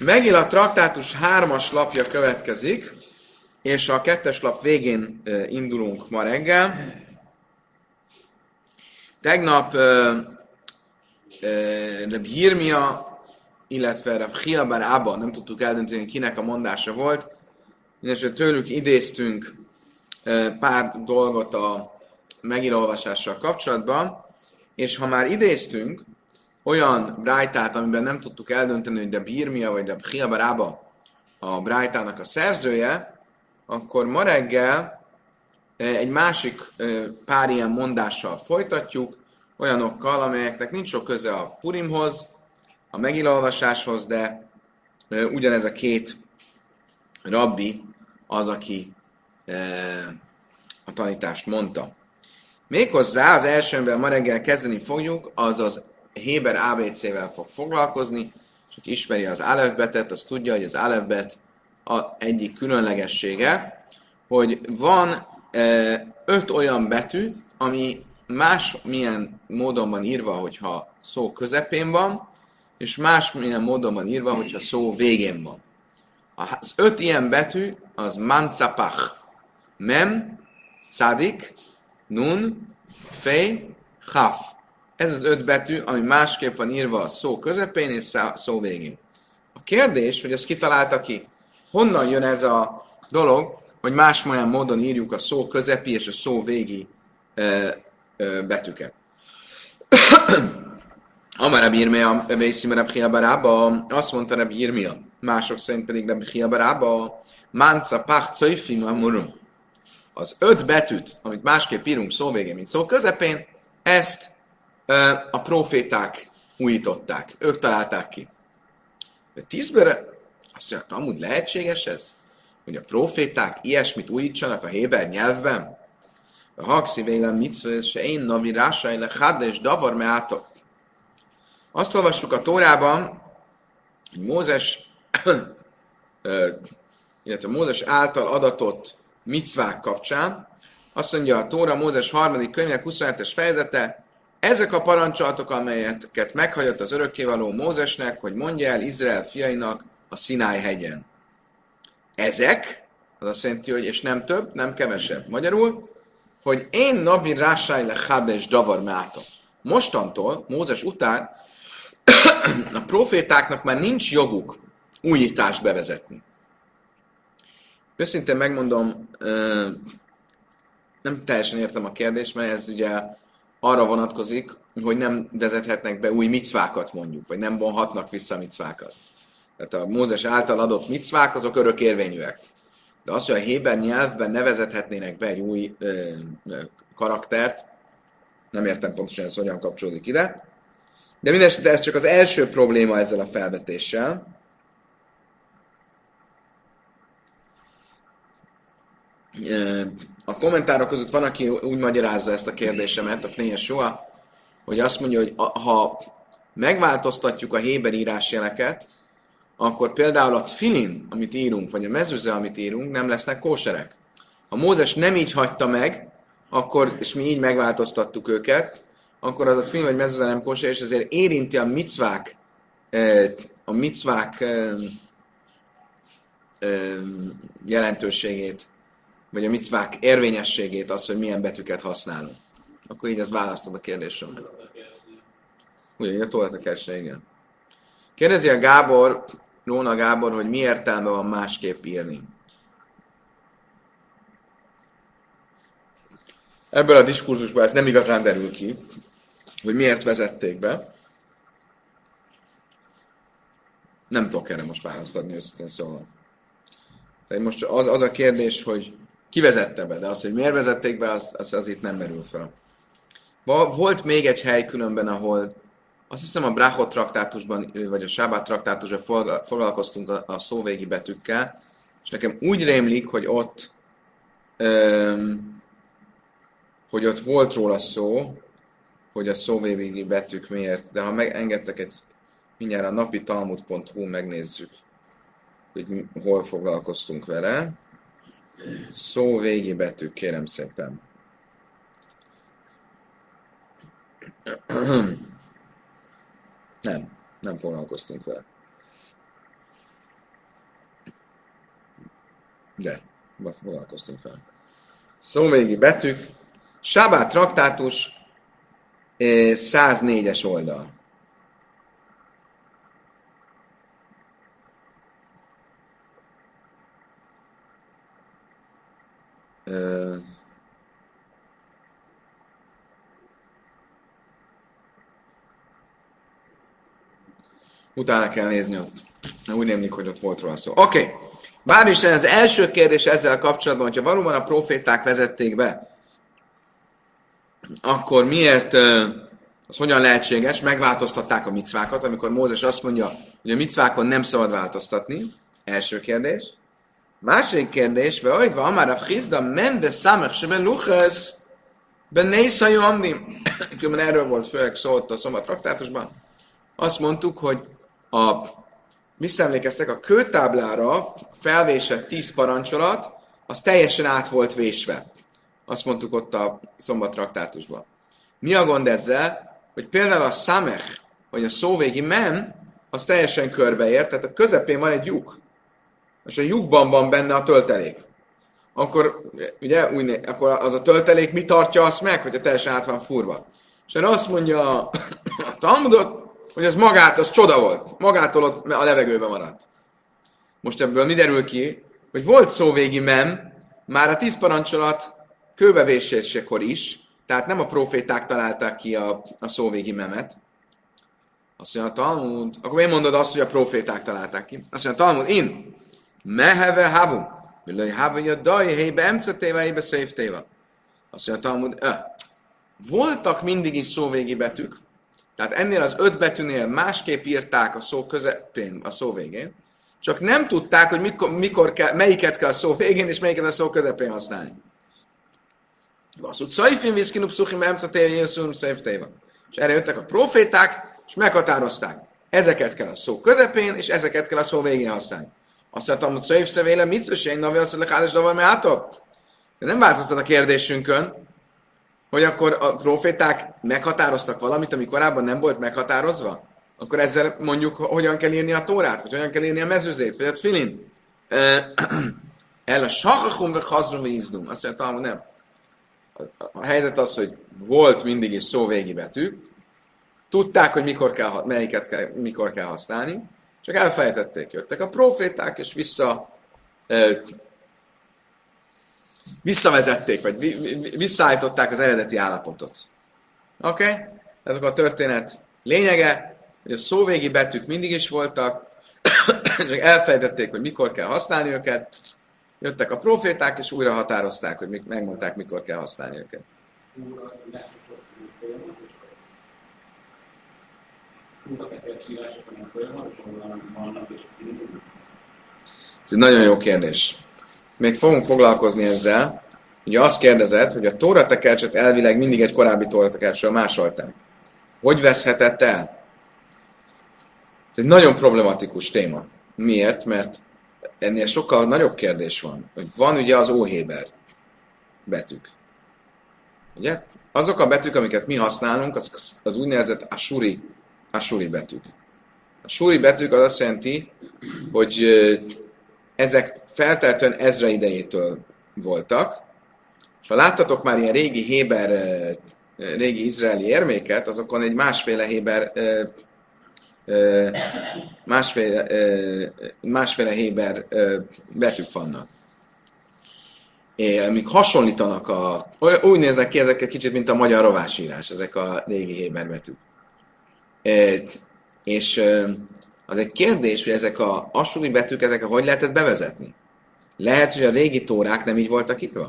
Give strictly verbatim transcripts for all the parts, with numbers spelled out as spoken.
Megint a traktátus hármas lapja következik, és a kettes lap végén uh, indulunk ma reggel. Tegnap uh, uh, Reb Jirmia, illetve Reb Chia bar Abba, nem tudtuk eldönteni, kinek a mondása volt, és tőlük idéztünk uh, pár dolgot a megírolvasással kapcsolatban, és ha már idéztünk olyan brájtát, amiben nem tudtuk eldönteni, hogy Reb Jirmia vagy Reb Chia bar Abba a brájtának a szerzője, akkor ma reggel egy másik pár ilyen mondással folytatjuk, olyanokkal, amelyeknek nincs sok köze a Purimhoz, a megírolvasáshoz, de ugyanez a két rabbi az, aki a tanítást mondta. Méghozzá az első, amivel ma reggel kezdeni fogjuk, az az Héber á bé cével fog foglalkozni, és aki ismeri az alefbetet, az tudja, hogy az alefbet a egyik különlegessége, hogy van e, öt olyan betű, ami más milyen módon van írva, hogyha szó közepén van, és más milyen módon van írva, hogyha szó végén van. Az öt ilyen betű az mancapach, mem, cadik, nun, fej, chaf. Ez az öt betű, ami másképp van írva a szó közepén és szó végén. A kérdés, hogy ezt kitalálta ki? Honnan jön ez a dolog, hogy más olyan módon írjuk a szó közepi és a szó végi ö, ö, betűket? Amar Reb Jirmia, Vészim Reb Chia bar Abba, azt mondta Reb Jirmia, mások szerint pedig Reb Chia bar Abba, Manca Pach Coifim Amurum. Az öt betűt, amit másképp írunk szó végén, mint szó közepén, ezt ö, a proféták újították, ők találták ki. De tízből azt mondja, amúgy lehetséges ez? Hogy a proféták ilyesmit újítsanak a héber nyelvben? A hakszi véglen mitzvah, se én navi rásai le hadde és davar meátok. Azt olvassuk a Tórában, hogy Mózes, illetve Mózes által adatott mitzvák kapcsán, azt mondja a Tóra Mózes harmadik könyvének huszonhetes fejezete, ezek a parancsolatok, amelyeket meghagyott az örökkévaló Mózesnek, hogy mondja el Izrael fiainak a Szináj hegyen. Ezek, az azt jelenti, hogy és nem több, nem kevesebb. Magyarul, hogy én navi rássáj le hades davar máta. Mostantól, Mózes után a profétáknak már nincs joguk újítást bevezetni. Őszintén megmondom, nem teljesen értem a kérdést, mert ez ugye arra vonatkozik, hogy nem vezethetnek be új micvákat mondjuk, vagy nem vonhatnak vissza micvákat. Tehát a Mózes által adott micvák, azok örökérvényűek. De azt, hogy a héber nyelvben ne vezethetnének be egy új ö, ö, karaktert, nem értem pontosan, ez hogyan kapcsolódik ide. De mindesetre ez csak az első probléma ezzel a felvetéssel. A kommentárok között van, aki úgy magyarázza ezt a kérdésemet, a Pnéje Soa, hogy azt mondja, hogy ha megváltoztatjuk a héber írásjeleket, akkor például a tfilin, amit írunk, vagy a mezüze, amit írunk, nem lesznek kóserek. Ha Mózes nem így hagyta meg, akkor, és mi így megváltoztattuk őket, akkor az a tfilin vagy mezüze nem kóser, és ezért érinti a micvák, a micvák jelentőségét, vagy a micvák érvényességét, az, hogy milyen betűket használunk. Akkor így az választod a kérdésre. Ugyanígy a tollát a keresre, igen. Kérdezi a Gábor, Róna Gábor, hogy mi értelme van másképp írni. Ebből a diskurzusban ez nem igazán derül ki, hogy miért vezették be. Nem tudok erre most választ adni, őszintén szóval. Tehát most az, az a kérdés, hogy ki vezette be, de az, hogy miért vezették be, az, az, az itt nem merül fel. Volt még egy hely különben, ahol azt hiszem a Brachot traktátusban, vagy a Sábát traktátusban foglalkoztunk a, a szóvégi betűkkel, és nekem úgy rémlik, hogy ott öm, hogy ott volt róla szó, hogy a szóvégi betűk miért, de ha megengedtek egy mindjárt a napi talmud pont hu megnézzük, hogy hol foglalkoztunk vele. Szóvégi betűk, kérem szépen. Nem, nem foglalkoztunk vele. De, foglalkoztunk fel. Szóvégi betűk. Sábát traktátus, száznégyes oldal. Uh, utána kell nézni ott. Úgy némlik, hogy ott volt róla szó. Oké. Okay. Bár is az első kérdés ezzel kapcsolatban, hogyha valóban a proféták vezették be, akkor miért az hogyan lehetséges? Megváltoztatták a micvákat, amikor Mózes azt mondja, hogy a micvákon nem szabad változtatni. Első kérdés. Második kérdés, ve oly van már a frizda menbe számach se beluches benészajó amdim. Különben erről volt főleg szó ott a Szombat traktátusban. Azt mondtuk, hogy a visszaemlékeztek, a kőtáblára felvésett tíz parancsolat, az teljesen át volt vésve. Azt mondtuk ott a Szombat traktátusban. Mi a gond ezzel? Hogy például a számech, vagy a szóvégi mem, az teljesen körbeért, tehát a közepén van egy lyuk. És a lyukban van benne a töltelék. Akkor, ugye, úgy, akkor az a töltelék mi tartja azt meg, hogy a teljesen át van furva. És erre azt mondja a Talmudot, hogy az magát, az csoda volt. Magától ott a levegőben maradt. Most ebből mi derül ki? Hogy volt szóvégi mem, már a tíz parancsolat kőbevésésekor is, tehát nem a proféták találták ki a, a szóvégi memet. Azt mondja a Talmud, akkor miért mondod azt, hogy a proféták találták ki? Azt mondja a Talmud, in, meheve havu, villai havu jadai, hébe emcetéva, hébe széftéva. Azt mondja a Talmud, öh, voltak mindig is szóvégi betűk, tehát ennél az öt betűnél másképp írták a szó közepén, a szó végén, csak nem tudták, hogy mikor, mikor kell, melyiket kell a szó végén, és melyiket a szó közepén használni. Azt mondja, szajfin viszkinup szuchim emcetéva, jézuszunum széftéva. És erre jöttek a proféták, és meghatározták. Ezeket kell a szó közepén, és ezeket kell a szó végén használni. Azt mondtam, hogy szöjv szövéle, mit szösén, navi azt mondja, hogy davar meátok. De nem változtat a kérdésünkön, hogy akkor a proféták meghatároztak valamit, ami korábban nem volt meghatározva? Akkor ezzel mondjuk, hogyan kell írni a Tórát, vagy hogyan kell írni a mezőzét, vagy a tfilin. El a sachachum ve chazrum ve izdum. Azt mondja, hogy nem. A helyzet az, hogy volt mindig is szóvégi betű, tudták, hogy mikor kell, melyiket kell, mikor kell használni, csak elfelejtették, jöttek a proféták, és vissza, eh, visszavezették, vagy visszaállították az eredeti állapotot. Oké? Okay? Ez a történet lényege, hogy a szóvégi betűk mindig is voltak, csak elfelejtették, hogy mikor kell használni őket, jöttek a proféták, és újra határozták, hogy megmondták, mikor kell használni őket. Ez egy nagyon jó kérdés. Még fogunk foglalkozni ezzel. Ugye azt kérdezett, hogy a tóratekercset elvileg mindig egy korábbi tóratekercsről másolták. Hogy veszhetett el? Ez egy nagyon problematikus téma. Miért? Mert ennél sokkal nagyobb kérdés van. Hogy van ugye az óhéber betűk. Ugye? Azok a betűk, amiket mi használunk, az, az úgynevezett asuri, asuri betűk. A suri betűk az azt jelenti, hogy ezek feltehetően Ezra idejétől voltak, és ha láttatok már ilyen régi héber, régi izraeli érméket, azokon egy másféle héber, másféle, másféle héber betűk vannak. Amik hasonlítanak a... Úgy néznek ki ezek egy kicsit, mint a magyar rovásírás, ezek a régi héber betűk. És az egy kérdés, hogy ezek a assuri betűk, ezek hogy lehetett bevezetni? Lehet, hogy a régi tórák nem így voltak írva?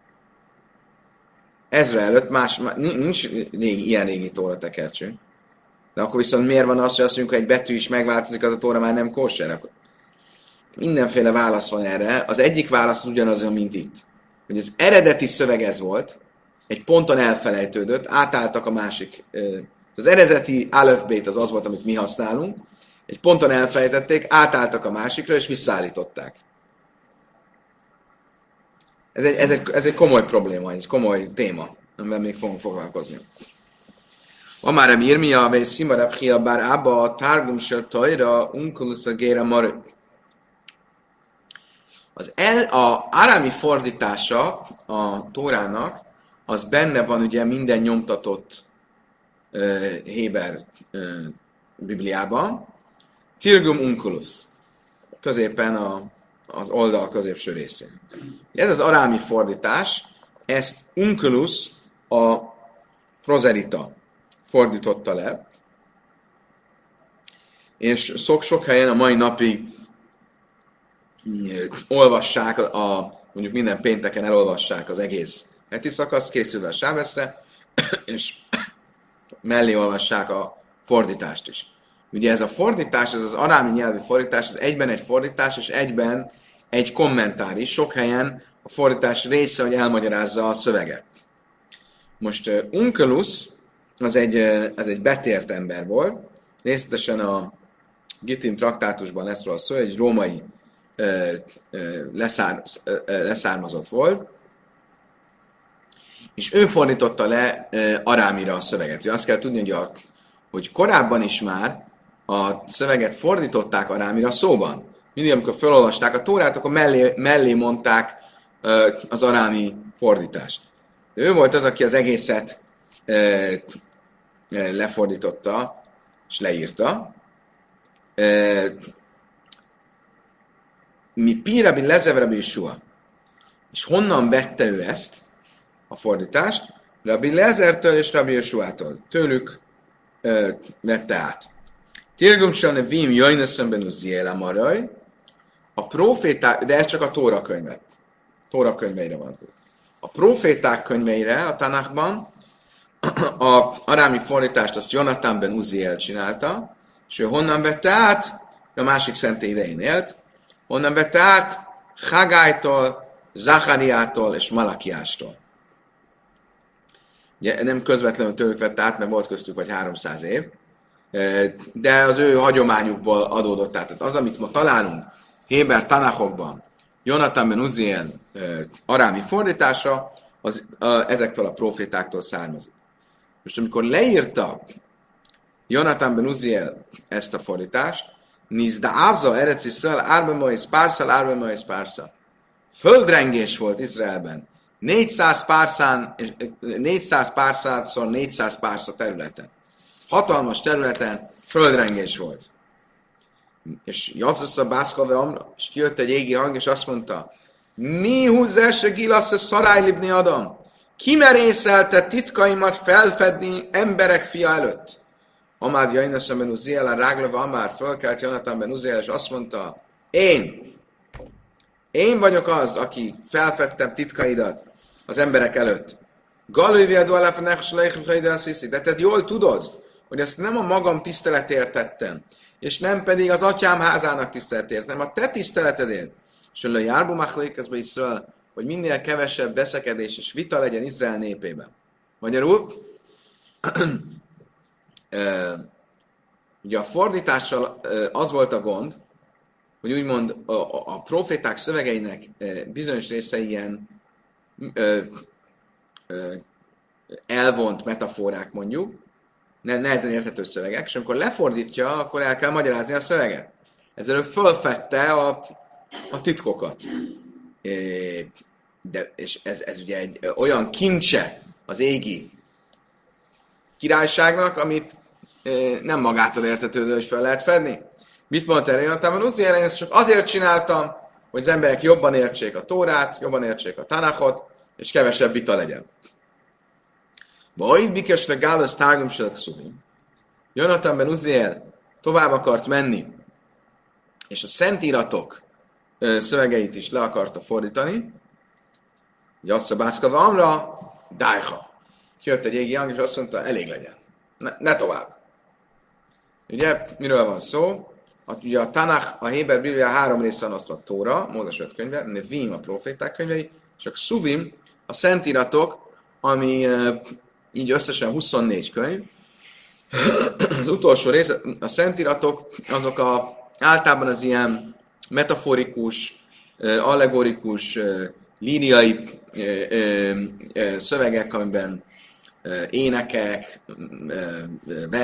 Ezra előtt más, nincs régi, ilyen régi tóratekercső. De akkor viszont miért van az, hogy azt mondjuk, hogy egy betű is megváltozik, az a tóra már nem kóser? Akkor mindenféle válasz van erre. Az egyik válasz ugyanaz, mint itt. Hogy az eredeti szöveg ez volt, egy ponton elfelejtődött, átálltak a másik. Az eredeti alefbét az az volt, amit mi használunk, egy ponton elfelejtették, átálltak a másikra, és visszaállították. Ez egy, ez egy, ez egy komoly probléma, egy komoly téma, amivel még fogunk foglalkozni. Van már Rabbi Irmia, vagy Szima Rab Chia bár Abba, a Targum se Tajra, Unkulusz a Géra Marő. Az el, a árámi fordítása a Tórának, az benne van ugye minden nyomtatott uh, Héber uh, Bibliában. Tirgum Unculus, középen a, az oldal középső részén. Ez az arámi fordítás, ezt Unculus a prozerita fordította le, és sok, sok helyen a mai napig olvassák, a, mondjuk minden pénteken elolvassák az egész heti szakasz, készülve a Sábeszre, és mellé olvassák a fordítást is. Ugye ez a fordítás, ez az arámi nyelvi fordítás, ez egyben egy fordítás, és egyben egy kommentár is. Sok helyen a fordítás része, hogy elmagyarázza a szöveget. Most uh, Unculus, az egy, uh, az egy betért ember volt, részletesen a Gittin traktátusban lesz róla szó, egy római uh, uh, leszár, uh, leszármazott volt, és ő fordította le uh, arámira a szöveget. Ugye azt kell tudni, hogy, a, hogy korábban is már a szöveget fordították arámira szóban. Mindig, amikor felolvasták a Tórát, akkor mellé, mellé mondták uh, az arámi fordítást. De ő volt az, aki az egészet uh, uh, lefordította, és leírta. Uh, mi Pírabi Lezevrabi Isua. És honnan vette ő ezt, a fordítást? Rabbi Lezertől és Rabbi Isuától. Tőlük uh, vette át. Tirgum Shane Vim Jöjnöszön ben Uziel Amaraj, a proféták, de ez csak a Tóra könyve. Tóra könyveire van. A proféták könyveire a Tanachban a arámi fordítást azt Jonathan ben Uziel csinálta, és ő honnan vette át? A másik szentély idején élt. Honnan vette át? Hagálytól, Zachariától és Malakiástól. Ugye nem közvetlenül tőlük vette át, mert volt köztük vagy háromszáz év, de az ő hagyományukból adódott át. Tehát az, amit ma találunk Héber Tanachokban, Jonathan ben Uziel arámi fordítása, az ezektől a profétáktól származik. Most amikor leírta Jonathan ben Uziel ezt a fordítást, Nizdáza Erec Iszrael Árbe Moisz Párszal, Árbe Moisz Párszal. Földrengés volt Izraelben. négyszáz párszán, négyszáz párszátszor négyszáz pársza területen. Hatalmas területen földrengés volt. És Jafsza Bászkave Amra, és kijött egy égi hang, és azt mondta, mi húzzesse gilasz szarájlibni Adam? Kimerészelte titkaimat felfedni emberek fia előtt? Amád Jainasza ben Uziel, a Ráglava Amár fölkelt Jonathan ben Uziel, és azt mondta, én, én vagyok az, aki felfedtem titkaidat az emberek előtt. De te jól tudod, hogy ezt nem a magam tiszteletért tettem, és nem pedig az atyám házának tiszteletért, hanem a te tiszteletedért. És a járbu machlékezbe is szól, hogy minél kevesebb veszekedés és vita legyen Izrael népében. Magyarul, ugye a fordítással az volt a gond, hogy úgymond a, a, a proféták szövegeinek bizonyos része ilyen ö, ö, elvont metaforák mondjuk, ne, nehezen érthető szövegek, és amikor lefordítja, akkor el kell magyarázni a szöveget. Ezzel ő fölfedte a, a titkokat. É, de, és ez, ez ugye egy olyan kincse az égi királyságnak, amit é, nem magától értetődő, hogy fel lehet fedni. Mit mondta erre Jonathan? Uziel, én ezt csak azért csináltam, hogy az emberek jobban értsék a Tórát, jobban értsék a Tanachot, és kevesebb vita legyen. Vagy Bikesle Gálasz Targum Selkszuvim. Jonathan ben Uziel tovább akart menni, és a szentiratok szövegeit is le akarta fordítani. Jassza Bászkava Amra, Dájha. Kijött egy égi hang, és azt mondta, elég legyen. Ne, ne tovább. Ugye, miről van szó? A, ugye a Tanach, a Héber Biblia három részen osztva Tóra, Mózes öt könyve, Nevim a proféták könyvei, és a Kszuvim, a szentiratok, ami e, így összesen huszonnégy könyv. Az utolsó rész, a szentiratok, azok a, általában az ilyen metaforikus, e, allegorikus, e, líriai e, e, e, szövegek, amiben e, énekek, e,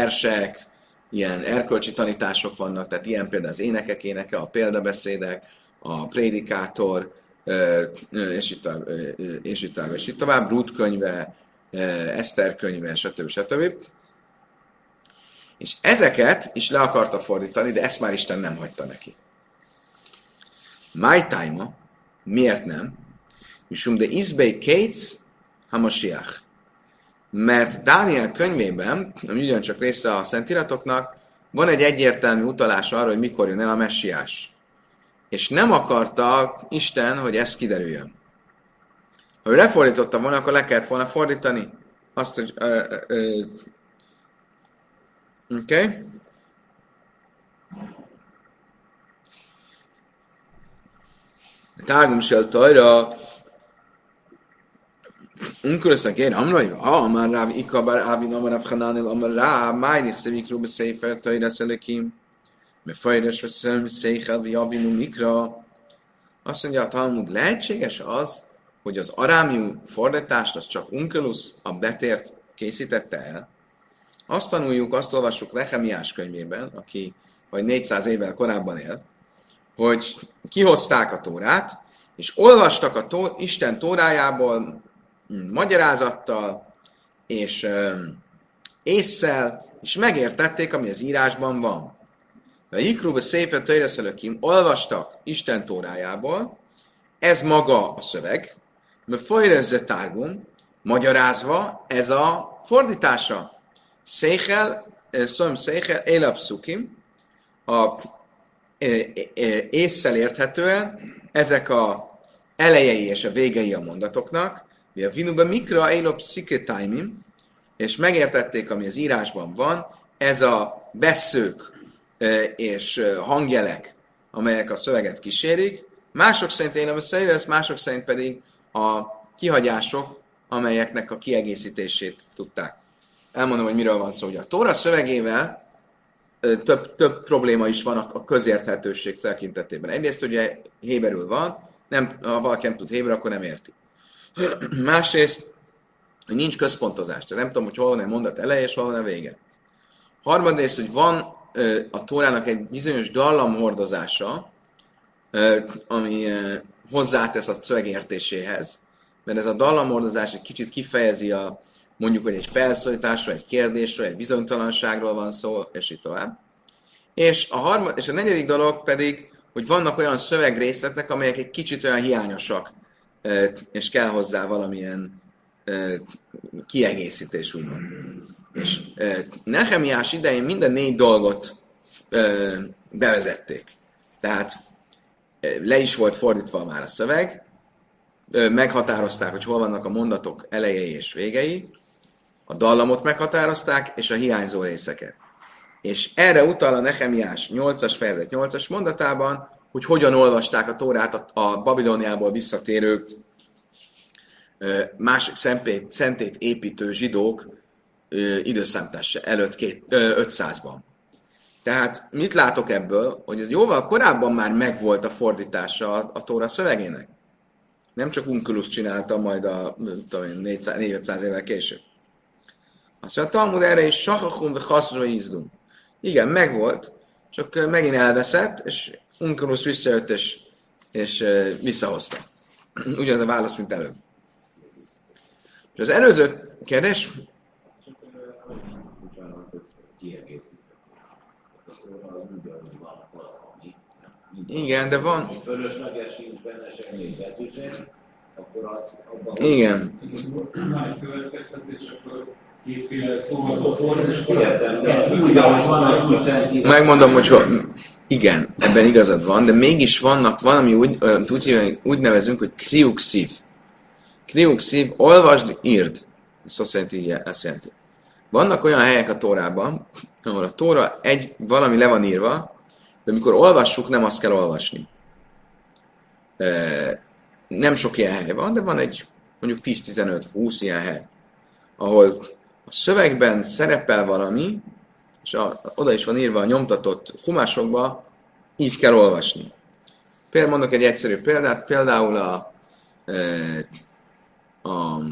versek, ilyen erkölcsi tanítások vannak, tehát ilyen például az énekek éneke, a példabeszédek, a prédikátor, és itt tovább, és itt tovább, és itt tovább, Rút könyve, Eszter könyve, stb. stb. És ezeket is le akarta fordítani, de ezt már Isten nem hagyta neki. My time, miért nem? Misum de Izbei Kates Hamasiach. Mert Dániel könyvében, ami ugyancsak része a Szentíratoknak, van egy egyértelmű utalás arra, hogy mikor jön el a messiás. És nem akarta Isten, hogy ez kiderüljön. Ha ő lefordította volna, akkor le kellett volna fordítani azt, hogy... Uh, uh, Oké? Okay? Tágum sel tajra Unkörösszak én, amrai, ha amar ráv ikabar ávin amar ráv hanánil amar ráv, májnik szevik rúbe széfer tajra szelekim, me fajres veszem széchel javinu mikra. Azt mondja a Talmud, lehetséges az, hogy az arámiú fordítást az csak Unkelusz, a betért készítette el. Azt tanuljuk, azt olvassuk Nehemiás könyvében, aki vagy négyszáz évvel korábban él, hogy kihozták a Tórát, és olvastak a tó- Isten Tórájából magyarázattal, és um, ésszel, és megértették, ami az írásban van. A Jikruba Széfer Töjreszelökim olvastak Isten Tórájából, ez maga a szöveg, mert folyrezze tárgum, magyarázva, ez a fordítása. Széchel, szom széchel, élapszukim, a ésszel érthetően ezek a elejei és a végei a mondatoknak, a vinuba mikra élop sziketáimim, és megértették, ami az írásban van, ez a vesszők és hangjelek, amelyek a szöveget kísérik, mások szerint én a szerintes, mások szerint pedig a kihagyások, amelyeknek a kiegészítését tudták. Elmondom, hogy miről van szó. Ugye a Tóra szövegével több, több probléma is van a közérthetőség tekintetében. Egyrészt ugye héberül van, nem, ha valaki nem tud héberül, akkor nem érti. Másrészt, hogy nincs központozás. Tehát nem tudom, hogy hol van egy mondat eleje, és hol van a vége. Harmadrészt, hogy van a Tórának egy bizonyos dallamhordozása, ami hozzátesz a szöveg értéséhez, mert ez a dallamhordozás egy kicsit kifejezi a, mondjuk, hogy egy felszólításról, egy kérdésről, egy bizonytalanságról van szó, és így tovább. És a, harmad, és a negyedik dolog pedig, hogy vannak olyan szövegrészletek, amelyek egy kicsit olyan hiányosak, és kell hozzá valamilyen kiegészítés, úgymond. És Nehemiás idején minden négy dolgot bevezették. Tehát le is volt fordítva már a szöveg, meghatározták, hogy hol vannak a mondatok elejei és végei, a dallamot meghatározták, és a hiányzó részeket. És erre utal a Nehemiás nyolcas fejezet nyolcas mondatában, hogy hogyan olvasták a Tórát a Babilóniából visszatérő másik szentét, szentét építő zsidók időszámítása előtt két, ötszázban. Tehát mit látok ebből? Hogy ez jóval korábban már megvolt a fordítása a, a Tóra szövegének. Nem csak Unkelus csinálta majd a négy-ötszáz évvel később. Azt mondja, a Talmud erre is sahachum ve chaszra izdum. Igen, megvolt, csak megint elveszett, és Unkelus visszajött, és, és visszahozta. Ugyanaz a válasz, mint előbb. És az előző kérdés... Igen, de van... Fölösleges sincs benne semmi betűség, akkor az... Igen. Van egy következtetés, akkor kétféle szóval fordítani. Értem, de úgy, ahogy van, az úgy szentírás. Megmondom, hogy igen, ebben igazad van, de mégis vannak valami úgy, úgy, úgy nevezünk, hogy kriukszív. Kriukszív, olvasd, írd. Ez azt jelenti, ezt jelenti. Vannak olyan helyek a Tórában, ahol a Tóra egy, valami le van írva, de amikor olvassuk, nem azt kell olvasni. Nem sok ilyen hely van, de van egy mondjuk tíz-tizenöt-húsz ilyen hely, ahol a szövegben szerepel valami, és a, oda is van írva a nyomtatott humásokba, így kell olvasni. Például mondok egy egyszerű példát, például a, a, a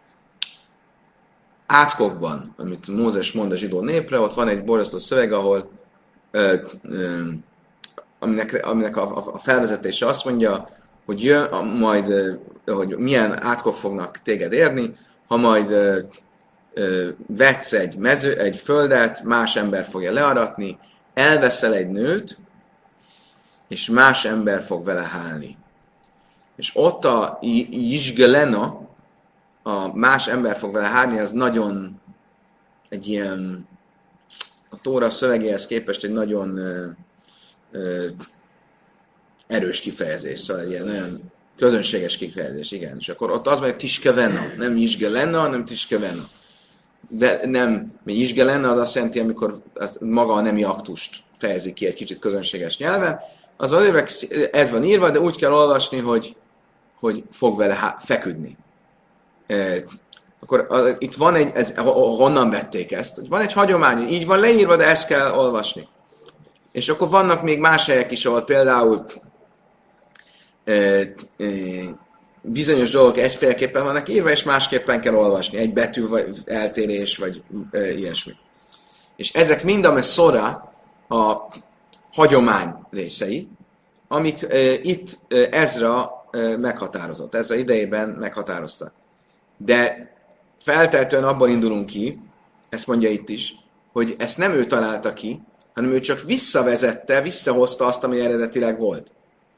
átkokban, amit Mózes mond a zsidó népre, ott van egy borzasztó szöveg, ahol ö, ö, aminek, aminek a, a felvezetése azt mondja, hogy jön, majd, hogy milyen átkok fognak téged érni, ha majd ö, ö, vetsz egy, mező, egy földet, más ember fogja learatni, elveszel egy nőt, és más ember fog vele hálni. És ott a Jizgelena, a más ember fog vele hálni, az nagyon egy ilyen, a Tóra szövegéhez képest egy nagyon ö, ö, erős kifejezés, szóval egy ilyen nagyon közönséges kifejezés, igen. És akkor ott az van, hogy Tiskevena, nem Jizgelena, hanem Tiskevena. De nem, mi Jizgelena az azt jelenti, amikor az maga a nemi aktust fejezi ki egy kicsit közönséges nyelven. Az azért ez van írva, de úgy kell olvasni, hogy, hogy fog vele há- feküdni. E, akkor a, itt van egy, ez, honnan vették ezt? Van egy hagyomány, így van leírva, de ezt kell olvasni. És akkor vannak még más helyek is, ahol például e, e, bizonyos dolgok egyféleképpen vannak írva, és másképpen kell olvasni. Egy betű, vagy eltérés, vagy e, ilyesmi. És ezek mind a messzora a hagyomány részei, amik e, itt e, Ezra e, meghatározott. Ezra idejében meghatároztak. De feltehetően abban indulunk ki, ezt mondja itt is, hogy ezt nem ő találta ki, hanem ő csak visszavezette, visszahozta azt, ami eredetileg volt.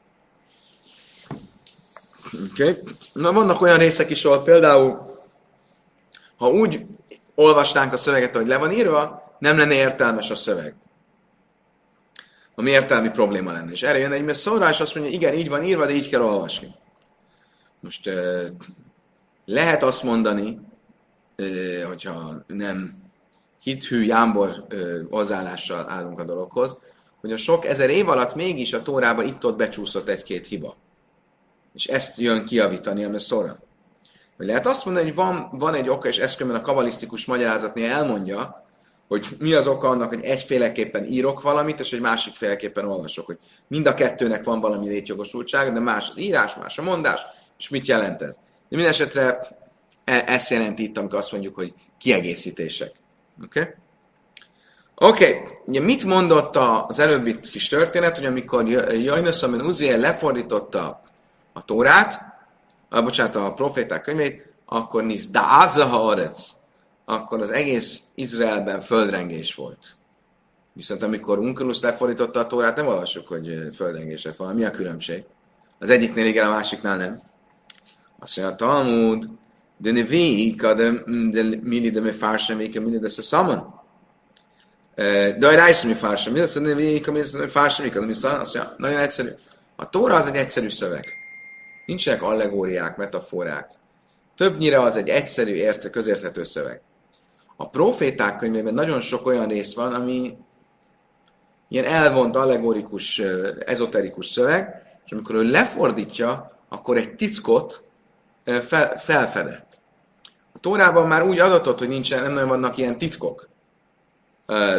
Okay. Na, vannak olyan részek is, ahol például, ha úgy olvasnánk a szöveget, hogy le van írva, nem lenne értelmes a szöveg. Ami értelmi probléma lenne. És erre jön egy messzora, és azt mondja, igen, így van írva, de így kell olvasni. Most uh, lehet azt mondani, uh, hogyha nem hithű, jámbor uh, hozzáállással állunk a dologhoz, hogy a sok ezer év alatt mégis a Tórába itt-ott becsúszott egy-két hiba. És ezt jön kijavítani a messzora. Hogy lehet azt mondani, hogy van, van egy oka, és ezt különben a kabalisztikus magyarázatnél elmondja, hogy mi az oka annak, hogy egyféleképpen írok valamit, és egy másikféleképpen olvasok. Hogy mind a kettőnek van valami létjogosultsága, de más az írás, más a mondás, és mit jelent ez? De minden esetre ezt jelenti itt, amikor azt mondjuk, hogy kiegészítések. Oké? Okay? Oké, okay. Ugye mit mondott az előbbi kis történet, hogy amikor Jajnosz ben Uziel lefordította a Tórát, a, bocsánat, a proféták könyvét, akkor nisz dáza haaretz, akkor az egész Izraelben földrengés volt. Viszont amikor Onkelusz lefordította a Tórát, nem olvassuk, hogy földrengés lett volna. Mi a különbség? Az egyiknél igen, a másiknál nem. Azt mondja a Talmud, de ne véika, de mini de me fársam, véika, mini de szamon. De a rájszom, mi fársam, mi lesz a ne véika, mi lesz a fársam, véika, de mi szamon. Azt mondja, nagyon egyszerű. A Tóra az egy egyszerű szöveg. Nincsenek allegóriák, metaforák. Többnyire az egy egyszerű, érte, közérthető szöveg. A proféták könyvében nagyon sok olyan rész van, ami ilyen elvont, allegorikus, ezoterikus szöveg, és amikor ő lefordítja, akkor egy titkot fel, felfedett. A Tórában már úgy adatott, hogy nincsen, nem nagyon vannak ilyen titkok. Uh,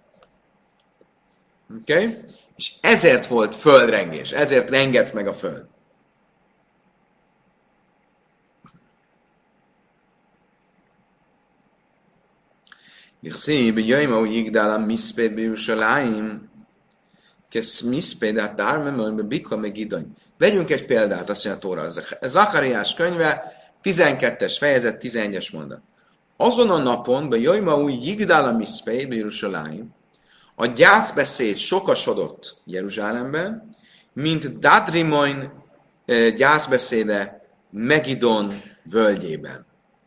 Oké? Okay? És ezért volt földrengés, ezért rengett meg a föld. Ychszib, jöjjma, hogy igdál a miszpéd Jeruzsálemben, kesz miszpéd, hát dármemölbe bika meg idony. Vegyünk egy példát, azt mondja a Tóra. Zakariás könyve, tizenkettes fejezet, tizenegyes mondat. Azon a napon, be jöjjma, úgy igdál a miszpéd Jeruzsálemben, a gyászbeszéd sokasodott Jeruzsálemben, mint Dadrimoin gyászbeszéde Megidon völgyében.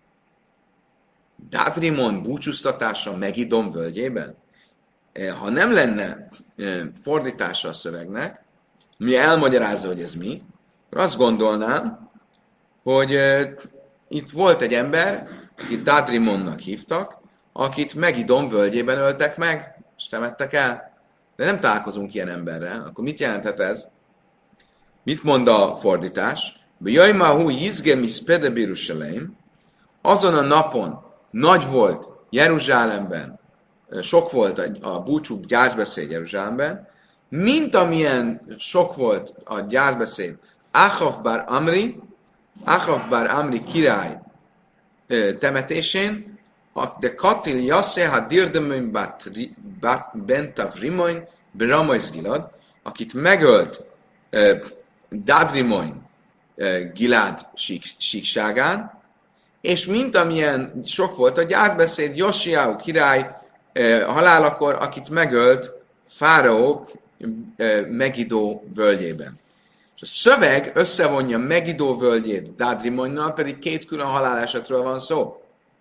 Dadrimon búcsúztatása Megidon völgyében? Ha nem lenne fordítása a szövegnek, mi elmagyarázza, hogy ez mi, akkor azt gondolnám, hogy itt volt egy ember, akit Dadrimonnak hívtak, akit Megidon völgyében öltek meg, és temettek el. De nem találkozunk ilyen emberrel. Akkor mit jelenthet ez? Mit mond a fordítás? B'jajmahu jizge miszpede Jeruzsálem. Azon a napon nagy volt Jeruzsálemben, sok volt a búcsú gyászbeszéd Jeruzsálemben, mint amilyen sok volt a gyászbeszéd Achav bar Amri, Achav bar Amri király temetésén, de Katil Yasseh ha dirdemön bent Avrimoin Beramajz Gilad, akit megölt uh, Dadrimoin uh, Gilád sík, síkságán, és mint amilyen sok volt a gyászbeszéd Josiáhu király uh, halálakor, akit megölt Fáraó uh, Megidó völgyében. És a szöveg összevonja Megidó völgyét Dadrimonnal, pedig két külön halálesetről van szó.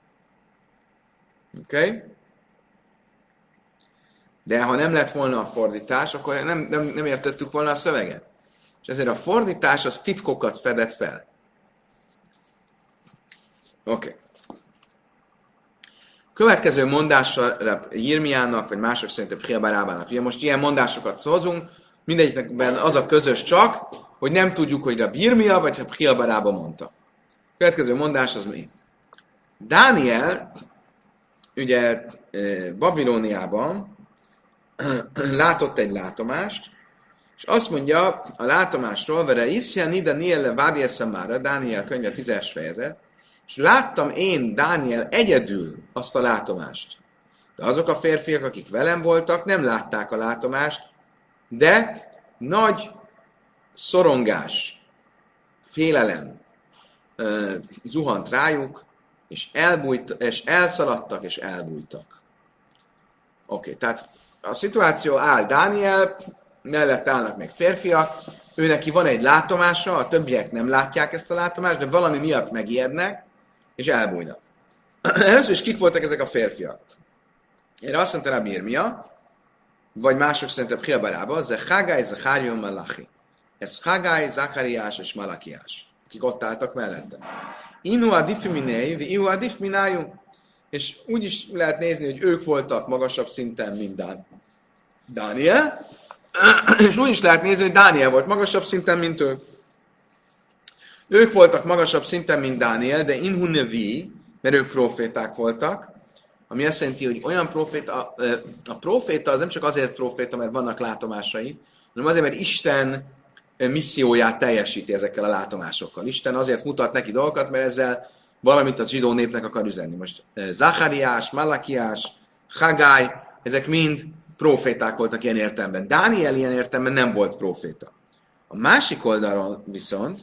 Oké? Okay? De ha nem lett volna a fordítás, akkor nem, nem, nem értettük volna a szöveget. És ezért a fordítás az titkokat fedett fel. Oké. Okay. Következő mondásra Jirmiának, vagy mások szerint Pria Barábának. Ugye most ilyen mondásokat hozunk, mindegyikben az a közös csak, hogy nem tudjuk, hogy Rabbi Jirmia, vagy ha Pria Barába mondta. Következő mondás az mi? Dániel, ugye Babilóniában látott egy látomást, és azt mondja a látomásról, vere Iszja Nida Niele Vádia Szamára, Dániel könyve tízes fejezet, és láttam én, Dániel, egyedül azt a látomást. De azok a férfiak, akik velem voltak, nem látták a látomást, de nagy szorongás, félelem uh, zuhant rájuk, és, elbújt, és elszaladtak, és elbújtak. Oké, okay, tehát a szituáció áll Dániel, mellett állnak még férfiak, ő neki van egy látomása, a többiek nem látják ezt a látomást, de valami miatt megijednek, és elbújnak. Először is kik voltak ezek a férfiak? Én azt mondta Rabbi Jirmia, vagy mások szerintem Pria Barába, ze Hágály, Zachárion, Malachi. Ez Hágály, Zachariás és Malakiás, akik ott álltak mellette. Inu adif minei, vi iu adif minájú. És úgy is lehet nézni, hogy ők voltak magasabb szinten, mint Dániel, és úgy is lehet nézni, hogy Dániel volt magasabb szinten, mint ők. Ők voltak magasabb szinten, mint Dániel, de inhu nevi, mert ők proféták voltak, ami azt jelenti, hogy olyan proféta, a proféta az nem csak azért proféta, mert vannak látomásai, hanem azért, mert Isten misszióját teljesíti ezekkel a látomásokkal. Isten azért mutat neki dolgokat, mert ezzel valamit a zsidó népnek akar üzenni. Most Zachariás, Malakiás, Hágály, ezek mind proféták voltak ilyen értelemben. Dániel ilyen értelemben nem volt proféta. A másik oldalon viszont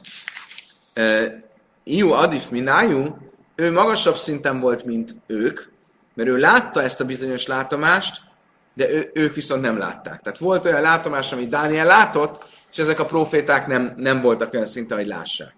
Iu Adif Minájú, ő magasabb szinten volt, mint ők, mert ő látta ezt a bizonyos látomást, de ő, ők viszont nem látták. Tehát volt olyan látomás, amit Dániel látott, és ezek a proféták nem, nem voltak olyan szinten, hogy lássák.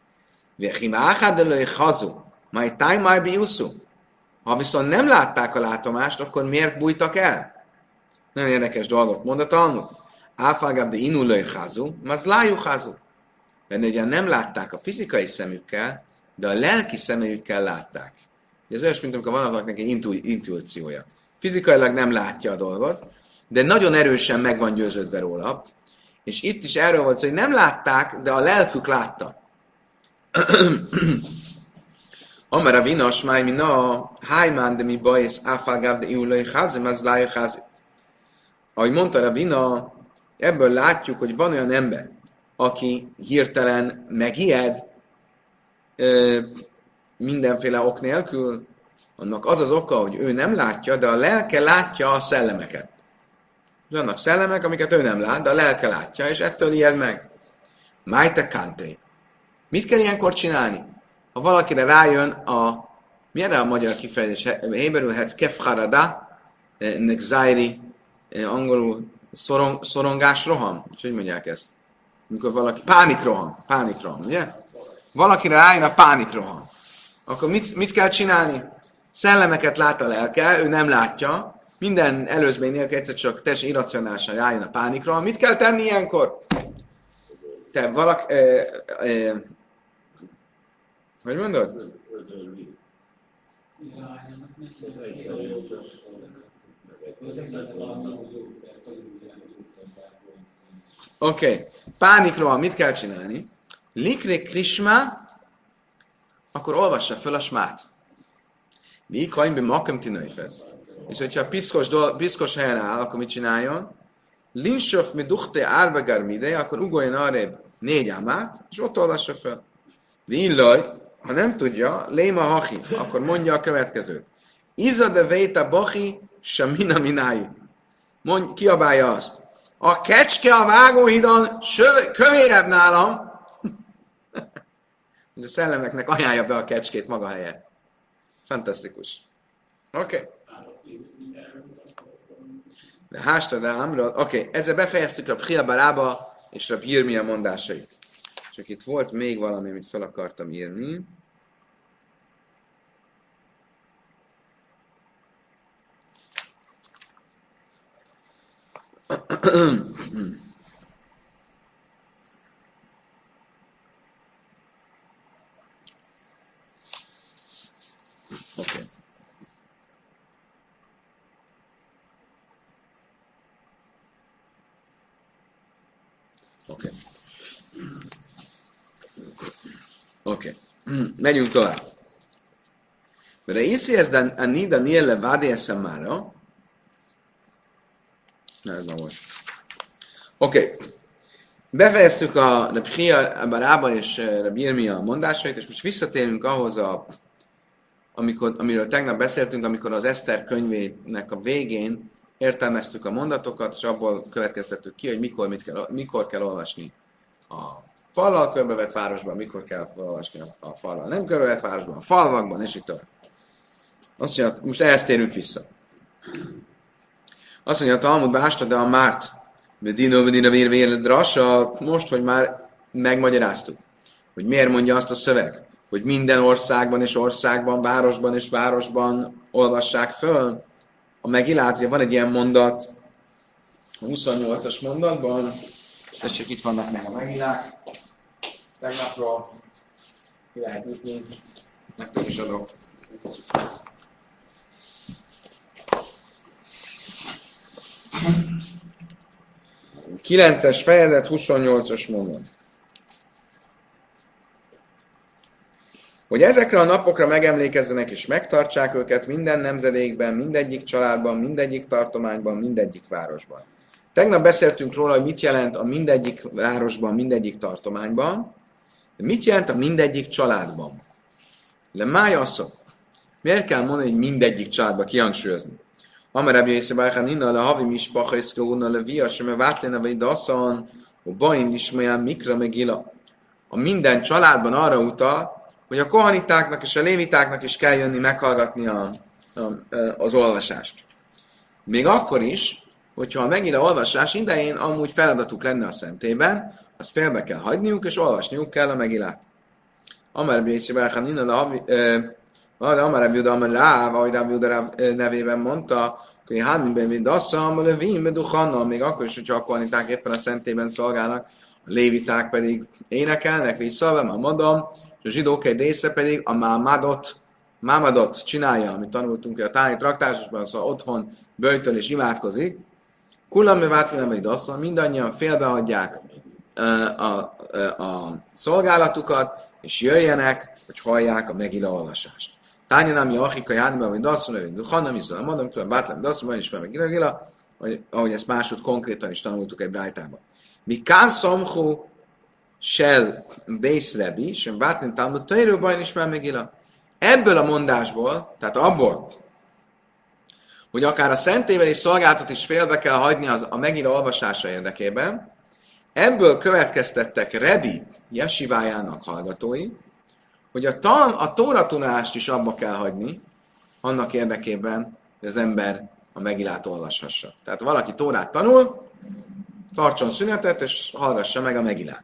Ha viszont nem látták a látomást, akkor miért bújtak el? Nagyon érdekes dolgot mond a Talmud. Áfágább de inulőj hazu, maz lájú hazu. Mert ugye nem látták a fizikai szemükkel, de a lelki szemükkel látták. Ez olyan, mint amikor van valakinek egy intu- intuíciója. Fizikailag nem látja a dolgot, de nagyon erősen meg van győződve róla. És itt is erről volt, hogy nem látták, de a lelkük látta. Amara vinas, máj mi na, hájmán de mi bajsz, áfágább de iulai házim, az lájú házi. Ahogy mondta Ravina, ebből látjuk, hogy van olyan ember, aki hirtelen megijed, ö, mindenféle ok nélkül, annak az az oka, hogy ő nem látja, de a lelke látja a szellemeket. Vannak szellemek, amiket ő nem lát, de a lelke látja, és ettől ijed meg. Májte kanté. Mit kell ilyenkor csinálni? Ha valakire rájön a, milyen a magyar kifejezés? Héberül hetsz kefharada, nekzájri, angolul szorong, szorongás roham. Hogy mondják ezt? Amikor valaki, pánikroham, pánikroham, ugye? Valakire rájön a pánikroham. Akkor mit, mit kell csinálni? Szellemeket lát a lelke, ő nem látja, minden előzmény nélkül egyszer csak teljesen irracionálisan rájön a pánikroham. Mit kell tenni ilyenkor? Te valaki, e, e, hogy mondod? Oké. Okay. Pánikról mit kell csinálni? Likre krisma, akkor olvassa fel a smát. Mi kajnbe makem tinőjfez. És hogyha piszkos, do, piszkos helyen áll, akkor mit csináljon? Linshof mi duchte árbegar mide, akkor ugoljon arrébb négy ámát, és ott olvassa fel. Villaj, ha nem tudja, léma hachi, akkor mondja a következőt. Iza de véta bachi, samina minái. Mondj, kiabálja azt. A kecske a vágóhidon söv- kövérebb nálam. A szellemeknek ajánlja be a kecskét maga helyett. Fantasztikus. Oké. Okay. De hásta de Amrod. Oké, okay. Ezzel befejeztük a Pchia Barába és a Jirmia mondásait. Csak itt volt még valami, amit fel akartam írni. Oké. Okay. Oké. Okay. Oké. Okay. Megyünk tovább. Mert iszi ez a nida niele vádi eszemára. Na, ez ma volt. Oké. Okay. Befejeztük a Pchia Barába és Rabbi Jirmia mondásait, és most visszatérünk ahhoz, a, amikor, amiről tegnap beszéltünk, amikor az Eszter könyvének a végén értelmeztük a mondatokat, és abból következtettük ki, hogy mikor, mit kell, mikor kell olvasni a fallal körbevett városban, mikor kell olvasni a, a fallal nem körbevett városban, a falvakban, és így tovább. Azt mondja, most ehhez térünk vissza. Azt mondja, a Talmudban ásta, de a Márt, Bedino, Bedino, Vérvér, Drasa, most, hogy már megmagyaráztuk, hogy miért mondja azt a szöveg, hogy minden országban és országban, városban és városban olvassák föl a Megillát. Van egy ilyen mondat, a huszonnyolcas mondatban, ez csak itt vannak meg a Megillák, tegnapról ki lehet jutni, nektek is adok. kilences fejezet, huszonnyolcas mondat. Hogy ezekre a napokra megemlékezzenek és megtartsák őket minden nemzedékben, mindegyik családban, mindegyik tartományban, mindegyik városban. Tegnap beszéltünk róla, hogy mit jelent a mindegyik városban, mindegyik tartományban, de mit jelent a mindegyik családban? Le mája asszok. Miért kell mondani, hogy mindegyik családban kihangsúlyozni? Amarabja észrebáján inna le havi mispacha iszkóna le via, sem vátléna vagy daszan, hogy bain ismaján mikra megila. A minden családban arra utal, hogy a kohanitáknak és a lévitáknak is kell jönni meghallgatni a, a, az olvasást. Még akkor is, hogyha a megila olvasás idején amúgy feladatuk lenne a szentében, azt félbe kell hagyniuk, és olvasniuk kell a megilát. Amarabja észrebáján inna le havi... Amar Rabbi Juda Amar Ráv, ahogy Rabbi Juda nevében mondta, hogy Hánimben mind asszam, a lövényben duhanna, még akkor is, hogyha a kohaniták éppen a szentében szolgálnak, a léviták pedig énekelnek, visszalva, a madam, és a zsidók egy része pedig a mámadot, mámadot csinálja, amit tanultunk a táni traktásosban, szóval otthon böjtöl és imádkozik. Kullam mevátvilem egy asszam, mindannyian félbehagyják a, a, a, a szolgálatukat, és jöjjenek, hogy hallják a megila olvasást. Tányanám Jachika Jánimben, vagy Dasszon, vagy Duhanam, Izzal, mondom, külön Bátlám, Dasszon, is meg megila gila, ahogy ezt másod konkrétan is tanultuk egy brájtában. Mi kán szomhu sel bészrebi, sem Bátlám Talmud, Tajróban is már megila. Ebből a mondásból, tehát abból, hogy akár a szentélybeli szolgálatot is félbe kell hagyni az, a megila olvasása érdekében, ebből következtettek Rebi jesivájának hallgatói, hogy a, tan, a tóratulást is abba kell hagyni, annak érdekében, hogy az ember a megilát olvashassa. Tehát valaki tórát tanul, tartson szünetet, és hallgassa meg a megilát.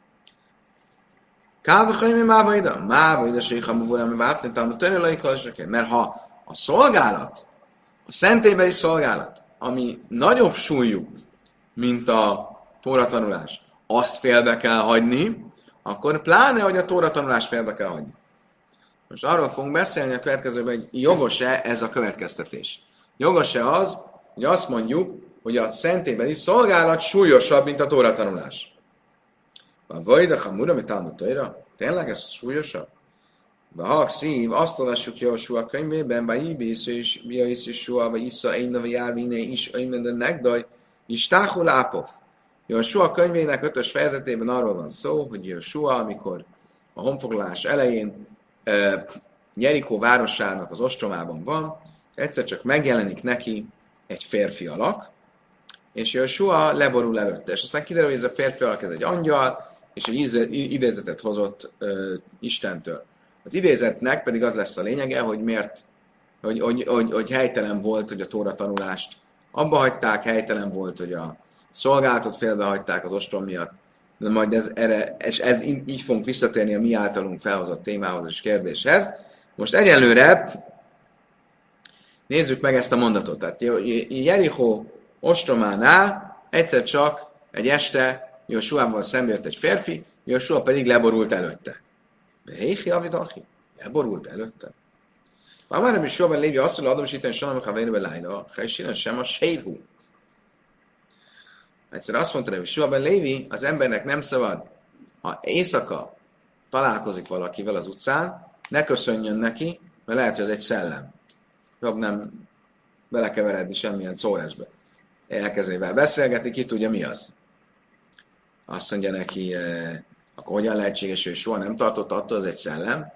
Kálvahajmi mába ide, mába ide séhamuvulami vátlintalmu törőlaik, mert ha a szolgálat, a szentélybeli szolgálat, ami nagyobb súlyú, mint a tóratanulás, azt félbe kell hagyni, akkor pláne, hogy a tóratanulást félbe kell hagyni. Most arról fogunk beszélni a következőben, hogy jogos-e ez a következtetés. Jogos-e az, hogy azt mondjuk, hogy a szentélybeli szolgálat súlyosabb, mint a tóratanulás. Van vajda hamura, amit Talmud Tóra? Tényleg ez súlyosabb? Ha szív, azt olvassuk Jósua könyvében, vagy Ibész és Biaisz Jósua, vagy Issza Eina, vagy Járviné is, Öjmenden Negdaj, és Táhul Ápov. Jósua könyvének ötös fejezetében arról van szó, hogy Jósua, amikor a honfoglalás elején e, Jerikó városának az ostromában van, egyszer csak megjelenik neki egy férfi alak, és Jósua leborul előtte. És aztán kiderül, hogy ez a férfi alak, ez egy angyal, és egy idézetet hozott ö, Istentől. Az idézetnek pedig az lesz a lényege, hogy miért, hogy, hogy, hogy, hogy helytelen volt, hogy a tóra tanulást abba hagyták, helytelen volt, hogy a szolgálatot félbehagyták az ostrom miatt. De majd ez, erre, és ez így fogunk visszatérni a mi általunk felhozott témához és kérdéshez. Most egyelőre nézzük meg ezt a mondatot. Tehát Jericho ostrománál egyszer csak egy este Jósuával szembe jött egy férfi, Jósua pedig leborult előtte. Béhi, avidachi, leborult előtte. Már már nem is soha lévi azt, hogy adósítani Sanam Havérbe Lájla, Hajsinan sem a Sédhú. Egyszer azt mondta, hogy soha ben Lévi, az embernek nem szabad, ha éjszaka találkozik valakivel az utcán, ne köszönjön neki, mert lehet, hogy ez egy szellem. Jobb nem belekeveredni semmilyen szórásba. Elkezdeni vele beszélgetni, ki tudja mi az. Azt mondja neki, eh, akkor hogyan lehetséges, hogy soha nem tartott attól, az egy szellem?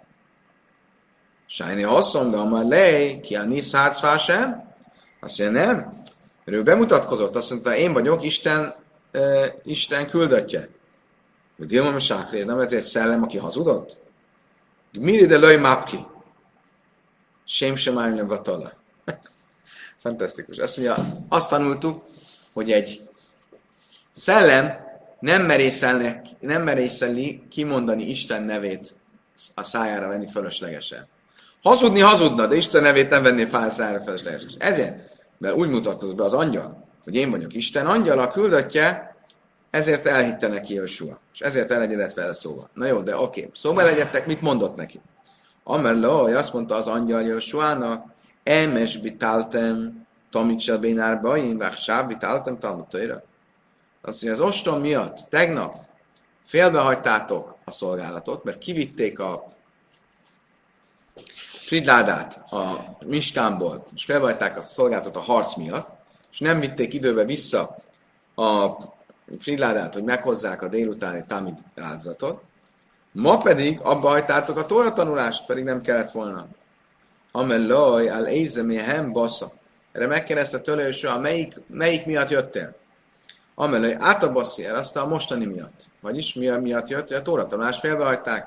Sajni asszom, de amar lej, ki a niszárcfá sem? Azt mondja, nem. Ő bemutatkozott, azt mondta, én vagyok Isten, uh, Isten küldöttje. Hogy Dilma Mesákréd, nem lehet, hogy egy szellem, aki hazudott? Miri de löj mápki. Sém sem álljon vatala. Fantasztikus. Azt mondja, azt tanultuk, hogy egy szellem nem merészelni, nem merészeli kimondani Isten nevét a szájára venni fölöslegesen. Hazudni hazudna, de Isten nevét nem venni fel a szájára fölöslegesen. Ezért, de úgy mutatkozott be az angyal, hogy én vagyok Isten angyala, a küldöttje, ezért elhitte neki Jósua. És ezért elegyedett vele szóval. Na jó, de oké. Szóval elegyedtek, mit mondott neki? Amerlói, azt mondta az angyal Jósuának, emes bitáltem tamicsel bénárbaim, vágsáv bitáltem talmutaira. Azt mondja, az ostrom miatt tegnap félbehagytátok a szolgálatot, mert kivitték a Fridládát a Miskánból, és felvajták a szolgálatot a harc miatt, és nem vitték időbe vissza a Fridládát, hogy meghozzák a délutáni Tamid áldozatot. Ma pedig abba hagytátok a tóra tanulást, pedig nem kellett volna. Amellaj, al ézeméhem bassa. Erre megkérdezte tőle, hogy melyik, melyik miatt jöttél? Amellaj, átabasszi, erre azt a mostani miatt. Vagyis mi miatt jött, hogy a tóra tanulást félbehagyták.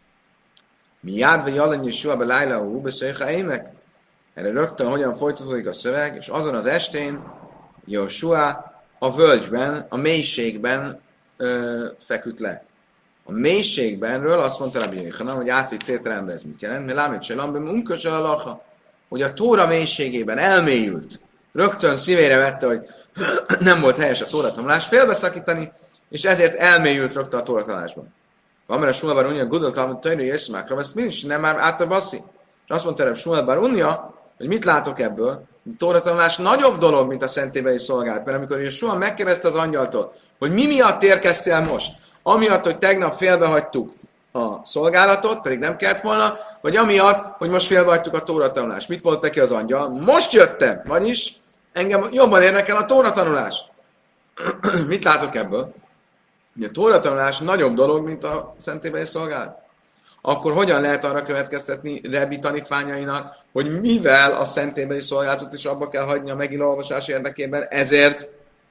Mi járva jalany és soha be lájla a húbeszöjha émek? Erre rögtön hogyan folytatódik a szöveg, és azon az estén Jósua a völgyben, a mélységben ö, feküdt le. A mélységbenről azt mondta Rabbi Yochanan, hogy átvitt tételembe ez mit jelent, mert lámét se lambem unköcsel a laha, hogy a tóra mélységében elmélyült. Rögtön szívére vette, hogy nem volt helyes a tóratanulás félbeszakítani, és ezért elmélyült rögtön a tóratanulásban. Van mert a Shmuel bar Unia Gudol Talmud Tajnő Jesmákra, ezt mindig nem már át a basszi. És azt mondta a Shmuel bar Unia, hogy mit látok ebből? A tóratanulás nagyobb dolog, mint a szentélybeli szolgálat. Mert amikor Jósua megkérdezte az angyaltól, hogy mi miatt érkeztél most? Amiatt, hogy tegnap félbehagytuk a szolgálatot, pedig nem kellett volna, vagy amiatt, hogy most félbehagytuk a tóratanulást. Mit mondta neki az angyal? Most jöttem, vagyis engem jobban érdekel a tóratanulás. Mit látok ebből? A tóratanulás nagyobb dolog, mint a szentélybeli szolgálat. Akkor hogyan lehet arra következtetni Rebbi tanítványainak, hogy mivel a szentélybeli szolgálatot is abba kell hagyni a megillolvasás érdekében, ezért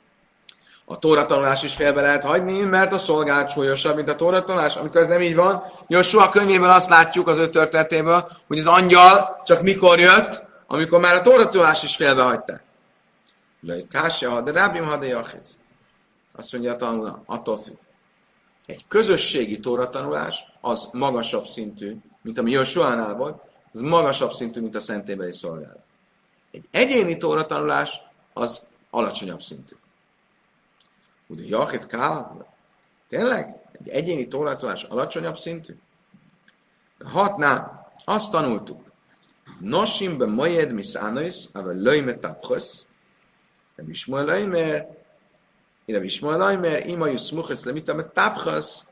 a tóratanulás is félbe lehet hagyni, mert a szolgálat súlyosabb, mint a tóratanulás. Amikor ez nem így van, Jósua könyvében azt látjuk az ő történetéből, hogy az angyal csak mikor jött, amikor már a tóratanulás is félbe hagyták. Löj kásja, de rábjum hadé jachit. Azt mondja a tanuló, attól függ. Egy közösségi tóratanulás az magasabb szintű, mint ami Jósuánál volt, az magasabb szintű, mint a szentélybeli szolgálat. Egy egyéni tóratanulás az alacsonyabb szintű. Ugye jachit kál? Tényleg? Egy egyéni tóratanulás alacsonyabb szintű? Hatnál, azt tanultuk. Nosim be majed miszánois, ave löjme tapchös, nem is majd löjmer, nem is majd löjmer, ima juszmuchös lemita me tapchös,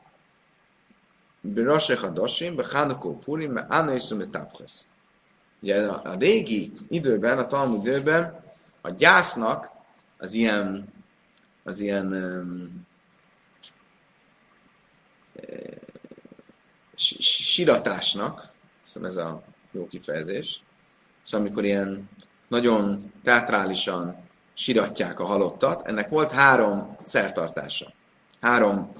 berashe chadosim, be chanukó purim, me anoiszum me tapchös. Ugye a régi időben, a Talmud időben a gyásznak az ilyen az ilyen um, siratásnak, hiszem ez a jó kifejezés, szóval amikor ilyen nagyon teatrálisan siratják a halottat. Ennek volt három szertartása. Három,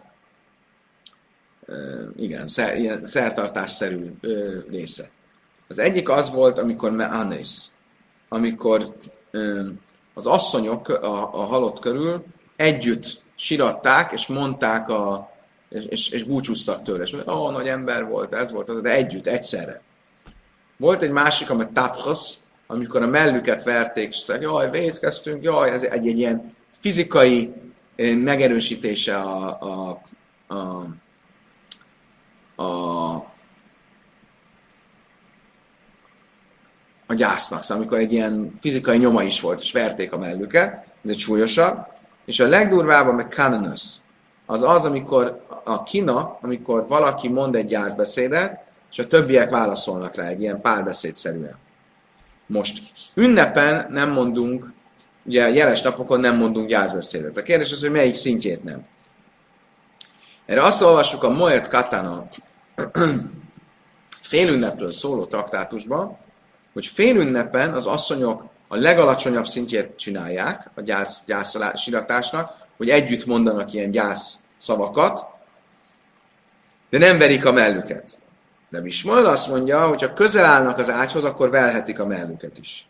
uh, igen, szer, ilyen szertartásszerű uh, része. Az egyik az volt, amikor me'anész, amikor uh, az asszonyok a, a halott körül együtt siratták, és mondták, a, és, és, és búcsúztak tőle. És mondták, ó, nagy ember volt, ez volt, az, de együtt, egyszerre. Volt egy másik, amely tapchasz, amikor a mellüket verték, és mondták, jaj, véckeztünk, jaj, ez egy, egy ilyen fizikai megerősítése a, a, a, a, a gyásznak. Szóval amikor egy ilyen fizikai nyoma is volt, és verték a mellüket, ez egy súlyosabb. És a legdurvább, a kananos, az az, amikor a kina, amikor valaki mond egy gyászbeszédet, és a többiek válaszolnak rá egy ilyen párbeszédszerűen. Most ünnepen nem mondunk, ugye jeles napokon nem mondunk gyászbeszédet. A kérdés az, hogy melyik szintjét nem. Erre azt olvassuk a Moed Katana félünnepről szóló traktátusban, hogy félünnepen az asszonyok a legalacsonyabb szintjét csinálják a gyász, gyászsiratásnak, hogy együtt mondanak ilyen gyász szavakat, de nem verik a mellüket. De Ismael azt mondja, hogy ha közel állnak az ágyhoz, akkor verhetik a mellüket is.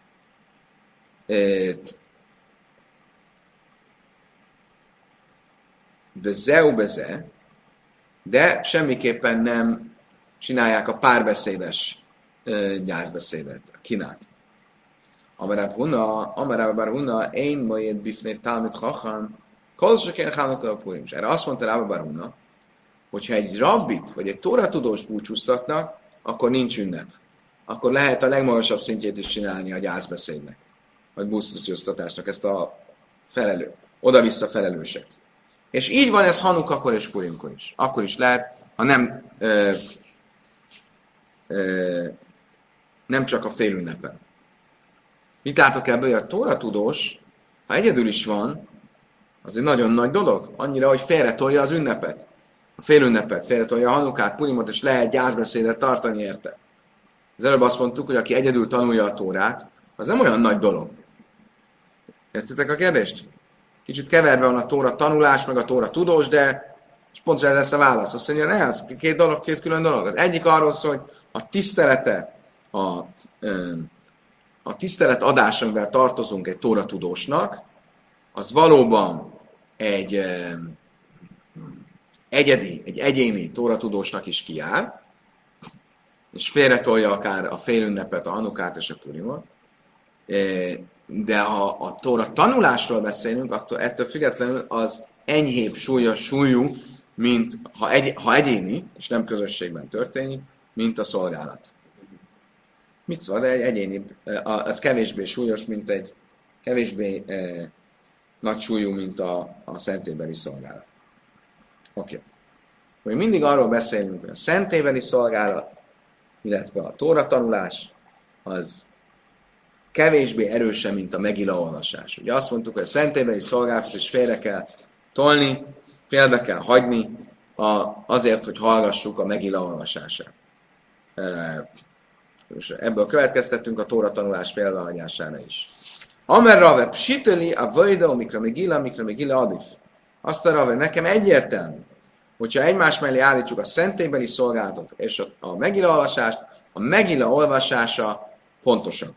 Bezeu beze, de semmiképpen nem csinálják a párbeszédes gyászbeszédet, a kinát. Amarab Huna, Amarab Bar Huna, én majd bifné Talmid Chacham, kolsakén Chanukah Purim. És erre azt mondta Rabba Bar Huna, hogyha egy rabbit vagy egy tóratudós búcsúztatnak, akkor nincs ünnep. Akkor lehet a legmagasabb szintjét is csinálni a gyászbeszédnek, vagy búcsúztatásnak, ezt a felelő, oda-vissza felelőset. És így van ez Hanukakor és Purimkor is. Akkor is lehet, ha nem, ö, ö, nem csak a félünnepen. Mit látok ebből, hogy a tóratudós, ha egyedül is van, az egy nagyon nagy dolog. Annyira, hogy félretolja az ünnepet. A félünnepet, félretolja a Hanukát, Purimot, és lehet gyászbeszédet tartani érte. Az előbb azt mondtuk, hogy aki egyedül tanulja a Tórát, az nem olyan nagy dolog. Értitek a kérdést? Kicsit keverve van a Tóra tanulás, meg a Tóra tudós, de és pontosan ez lesz a válasz. Azt mondja, ne, ez két dolog, két külön dolog. Az egyik arról szól, hogy a tisztelete, a, a tisztelet adás, amivel tartozunk egy Tóra tudósnak, az valóban egy egyedi, egy egyéni Tóra tudósnak is kijár, és félretolja akár a félünnepet, a Hanukát és a Purimot, de ha a Tóra tanulásról beszélünk, akkor ettől függetlenül az enyhébb súlyos súlyú, mint ha, egy, ha egyéni, és nem közösségben történik, mint a szolgálat. Mit szól, de egy egyéni, az kevésbé súlyos, mint egy kevésbé eh, nagy súlyú, mint a, a szentélybeli szolgálat. Oké. Okay. Még mindig arról beszélünk, hogy a szentélybeli szolgálat, illetve a Tóra tanulás, az kevésbé erősen, mint a Megila olvasás. Ugye azt mondtuk, hogy a szentélybeli szolgálatot is félre kell tolni, félbe kell hagyni a, azért, hogy hallgassuk a Megila olvasását. E, és ebből következtettünk a Tóra tanulás félbehagyására is. Amer Rave psiteli a vajda, mikra Megila, mikra Megila adif. Azt a Rave, nekem egyértelmű, hogyha egymás mellé állítjuk a szentélybeli szolgálatot és a, a Megila olvasást, a Megila olvasása fontosabb.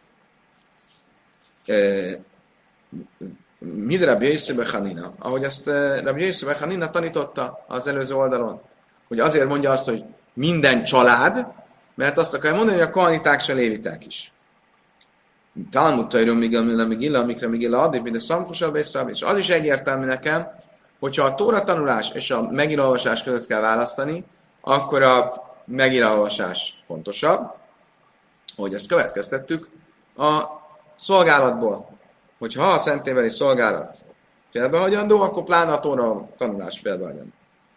Mid Rabbi Yosef ben Chanina, ahogy ezt Rabbi Yosef ben Chanina tanította az előző oldalon, hogy azért mondja azt, hogy minden család, mert azt akarja mondani, hogy a kohaniták se léviták is. Talmud Tajrom Migila, Migila, Mikra Migila addig, mint a Szamkusabb és Rabbi, és az is egyértelmű nekem, hogyha a Tóra tanulás és a Megila olvasás között kell választani, akkor a Megila olvasás fontosabb, ahogy ezt következtettük a szolgálatból. Hogyha a szentélybeli szolgálat félbehagyandó, akkor pláne a Tóra tanulás félbehagyandó.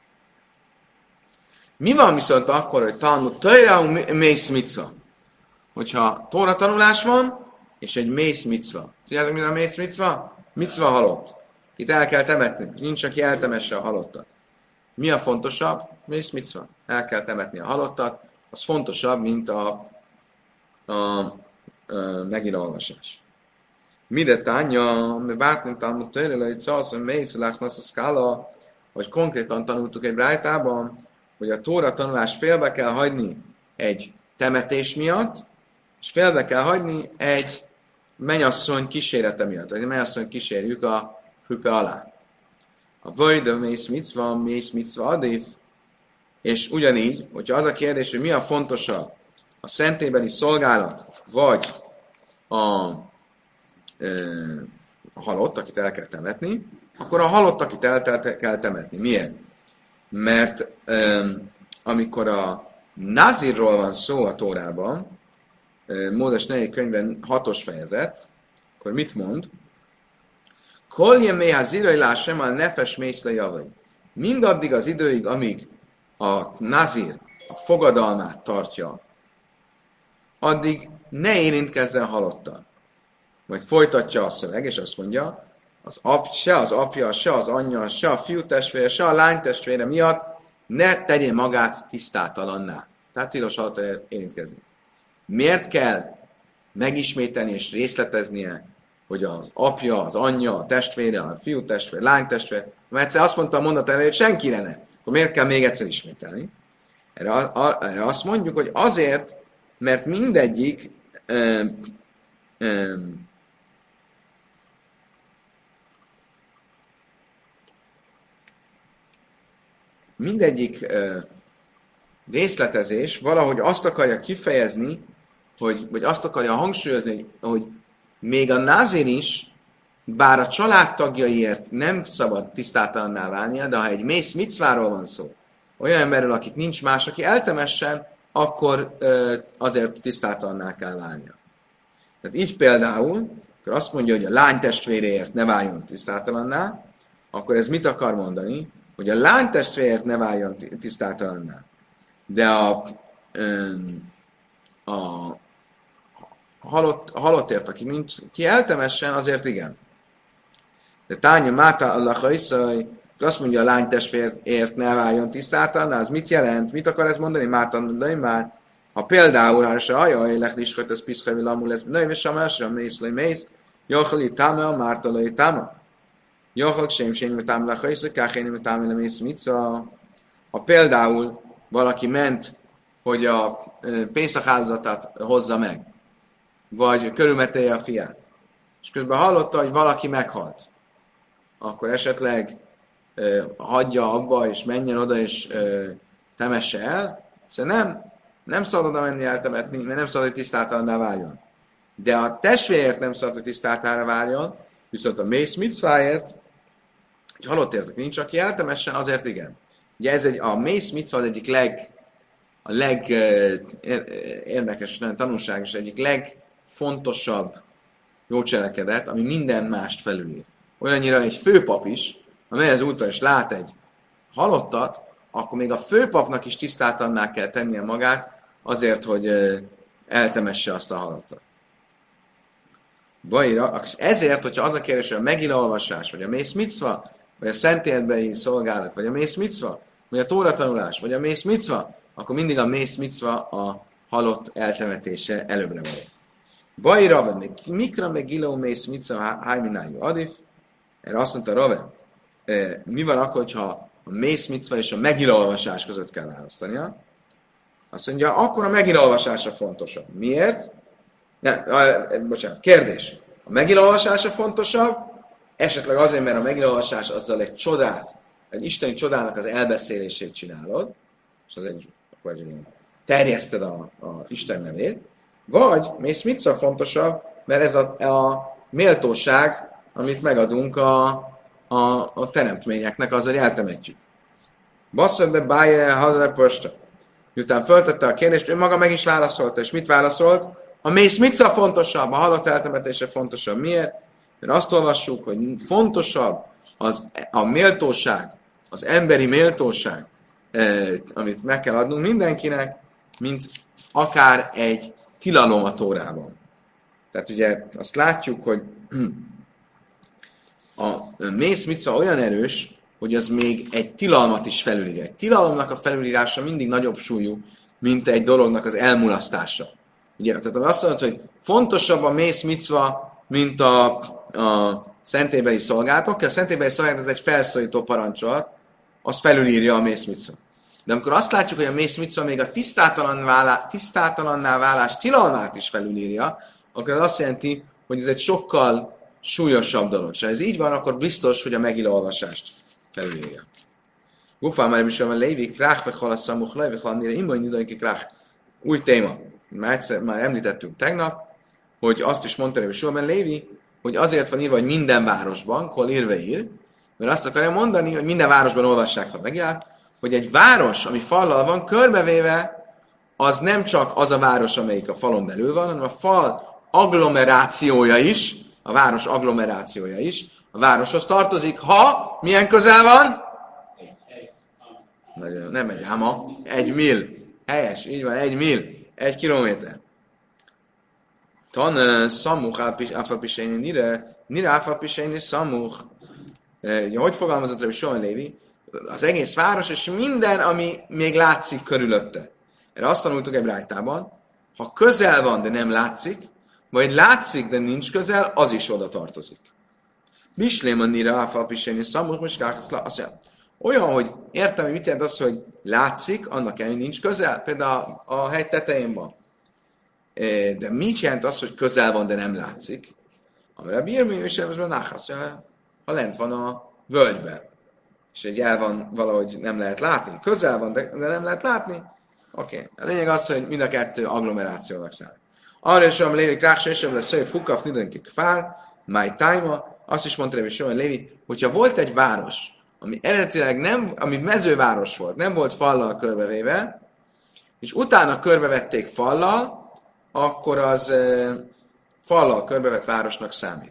Mi van viszont akkor, hogy Talmud Tajra mész micva? Hogyha Tóra tanulás van, és egy mész micva. Tudjátok, mi a mész micva? Micva halott. Itt el kell temetni. Nincs, aki eltemesse a halottat. Mi a fontosabb? Mész micva. El kell temetni a halottat. Az fontosabb, mint a, a, a Megila olvasás. Mire tánya, mi bátnim talmud tőle, hogy szalszom, mélyszülásnak a szkála, hogy konkrétan tanultuk egy brájtában, hogy a Tóra tanulás félbe kell hagyni egy temetés miatt, és félbe kell hagyni egy mennyasszony kísérete miatt. Egy mennyasszony kísérjük a hüpe alá. A vajda mész micva, mész micva adév, és ugyanígy, hogyha az a kérdés, hogy mi a fontosabb, a szentélybeli szolgálat, vagy a, ö, a halott, akit el kell temetni, akkor a halott, akit el kell temetni. Miért? Mert ö, amikor a Nazirról van szó a Tórában, Mózes negyedik könyvben hatos fejezet, akkor mit mond? Kolje méha zirajlá sem a nefes mészle javai. Mindaddig az időig, amíg a nazir a fogadalmát tartja, addig ne érintkezzen halottal. Majd folytatja a szöveg, és azt mondja, az ap, se az apja, se az anyja, se a fiú testvére, se a lány testvére miatt ne tegye magát tisztátalanná. Tehát tilos halottal érintkezni. Miért kell megismételni és részleteznie, hogy az apja, az anyja, a testvére, a fiú testvére, lány testvére, mert egyszer azt mondta a mondat elején, hogy senkire ne. Akkor miért kell még egyszer ismételni? Erre, a, erre azt mondjuk, hogy azért, mert mindegyik öm, öm, mindegyik öm, részletezés valahogy azt akarja kifejezni, hogy, vagy azt akarja hangsúlyozni, hogy, hogy még a názir is, bár a családtagjaiért nem szabad tisztátalanná válnia, de ha egy mész micváról van szó, olyan emberről, akit nincs más, aki eltemessen, akkor ö, azért tisztátalanná kell válnia. Tehát így például, akkor azt mondja, hogy a lány testvéréért ne váljon tisztátalanná, akkor ez mit akar mondani? Hogy a lány testvéréért ne váljon tisztátalanná. De a, ö, a halott, a halottért, aki nincs, ki eltemessen, azért igen. De tánya máta Allah hajszaj, azt mondja, a lány testvérért ne váljon tisztátalanná, az mit jelent? Mit akar ez mondani? Máta már. Ha például, ha se ajaj, lechliskot, ez piszkajvi lamul, ez nőj, és sem mész, lej mész, jachali táma, márta lej táma. Jachak sem sem táma lechajszaj, káhéni táma le mész, mitza. Ha például valaki ment, hogy a Pészak áldozatát hozza meg, vagy körülmetelje a fiát, és közben hallotta, hogy valaki meghalt, akkor esetleg uh, hagyja abba, és menjen oda, és uh, temesse el. Szóval nem, nem szabad oda menni eltemetni, mert nem szabad, hogy tisztátalanná váljon. De a testvérért nem szabad, hogy tisztátalanná váljon, viszont a mész micváért, hogy halottért, aki nincs, aki eltemessen, azért igen. Ugye ez egy, a mész micva az egyik leg, a legérdekes, uh, tanulságos, egyik legfontosabb jó cselekedet, ami minden mást felülír. Olyannyira egy főpap is, amely az úton is lát egy halottat, akkor még a főpapnak is tisztátalanná kell tennie magát azért, hogy uh, eltemesse azt a halottat. Bajra, ezért, hogyha az a kérdés, hogy a megila olvasás, vagy a mész micva, vagy a szentélyedbeli szolgálat, vagy a mész micva, vagy a tóra tanulás, vagy a mész micva, akkor mindig a mész micva a halott eltemetése előbbre van. Bajra, vagy mikra meg giló mész micva hájminájú adif, erre azt mondta Rave, mi van akkor, hogyha a mész micva és a megila olvasás között kell választania? Azt mondja, akkor a megila olvasása fontosabb. Miért? Ne, a, bocsánat, kérdés. A megila olvasása fontosabb, esetleg azért, mert a megila olvasás azzal egy csodát, egy isteni csodának az elbeszélését csinálod, és az egy, akkor egy terjeszted a, a Isten nevét, vagy mész micva fontosabb, mert ez a, a méltóság, amit megadunk a, a, a teremtményeknek, azzal eltemetjük. Basszad de báje hadle posta. Miután föltette a kérdést, ő maga meg is válaszolta, és mit válaszolt? A mész micva fontosabb, a halott eltemetése fontosabb. Miért? Mert azt olvassuk, hogy fontosabb az, a méltóság, az emberi méltóság, eh, amit meg kell adnunk mindenkinek, mint akár egy tilalom a Tórában. Tehát ugye azt látjuk, hogy a mész micva olyan erős, hogy az még egy tilalmat is felülír. Egy tilalomnak a felülírása mindig nagyobb súlyú, mint egy dolognak az elmulasztása. Ugye, tehát azt mondod, hogy fontosabb a mész micva mint a, a szentélybeli szolgálatok. A szentélybeli szolgálat ez egy felszólító parancsolat, azt felülírja a mész micva. De amikor azt látjuk, hogy a mész micva még a tisztátalan válá, tisztátalanná válás tilalmát is felülírja, akkor az azt jelenti, hogy ez egy sokkal súlyosabb dolog. És ha ez így van, akkor biztos, hogy a megilló olvasást felülírja. Gufál már is van Lévi, krách ve halaszamuch le, ve halnire imboly nidajki krách. Új téma. Már, egyszer, már említettünk tegnap, hogy azt is mondta hogy Sulman Lévi, hogy azért van írva, hogy minden városban, kol írve ír, mert azt akarja mondani, hogy minden városban olvassák fel megjelent, hogy egy város, ami fallal van, körbevéve, az nem csak az a város, amelyik a falon belül van, hanem a fal agglomerációja is, a város agglomerációja is, a városhoz tartozik, ha milyen közel van? Egy. Nem egy háma, egy mil. Helyes, így van, egy mil, egy kilométer. Tan szamuch áfapiséni nire, nire áfapiséni szamuch. Hogy fogalmazott Rabbi Shimon Lévi? Az egész város, és minden, ami még látszik körülötte. Erre azt tanultuk egy brájtában, ha közel van, de nem látszik, vagy látszik, de nincs közel, az is oda tartozik. Bislém a nire áfapiséni szamuch, most azt mondja, olyan, hogy értem, hogy mit jelent az, hogy látszik, annak ellenére nincs közel, például a, a hegy tetején van. De mit jelent az, hogy közel van, de nem látszik? Amire a bírmi és ebben náhasz, ha lent van a völgyben, és egy el van valahogy nem lehet látni. Közel van, de, de nem lehet látni. Oké. Okay. A lényeg az, hogy mind a kettő agglomerációnak számít. Arra is olyan Lévi Kráksa, és lesz szöj fukaf, nidönki kfár, máj tájma, azt is mondta Lévi Shimon Lévi, hogyha volt egy város, ami eredetileg nem, ami mezőváros volt, nem volt fallal körbevéve, és utána körbevették fallal, akkor az e, fallal körbevett városnak számít.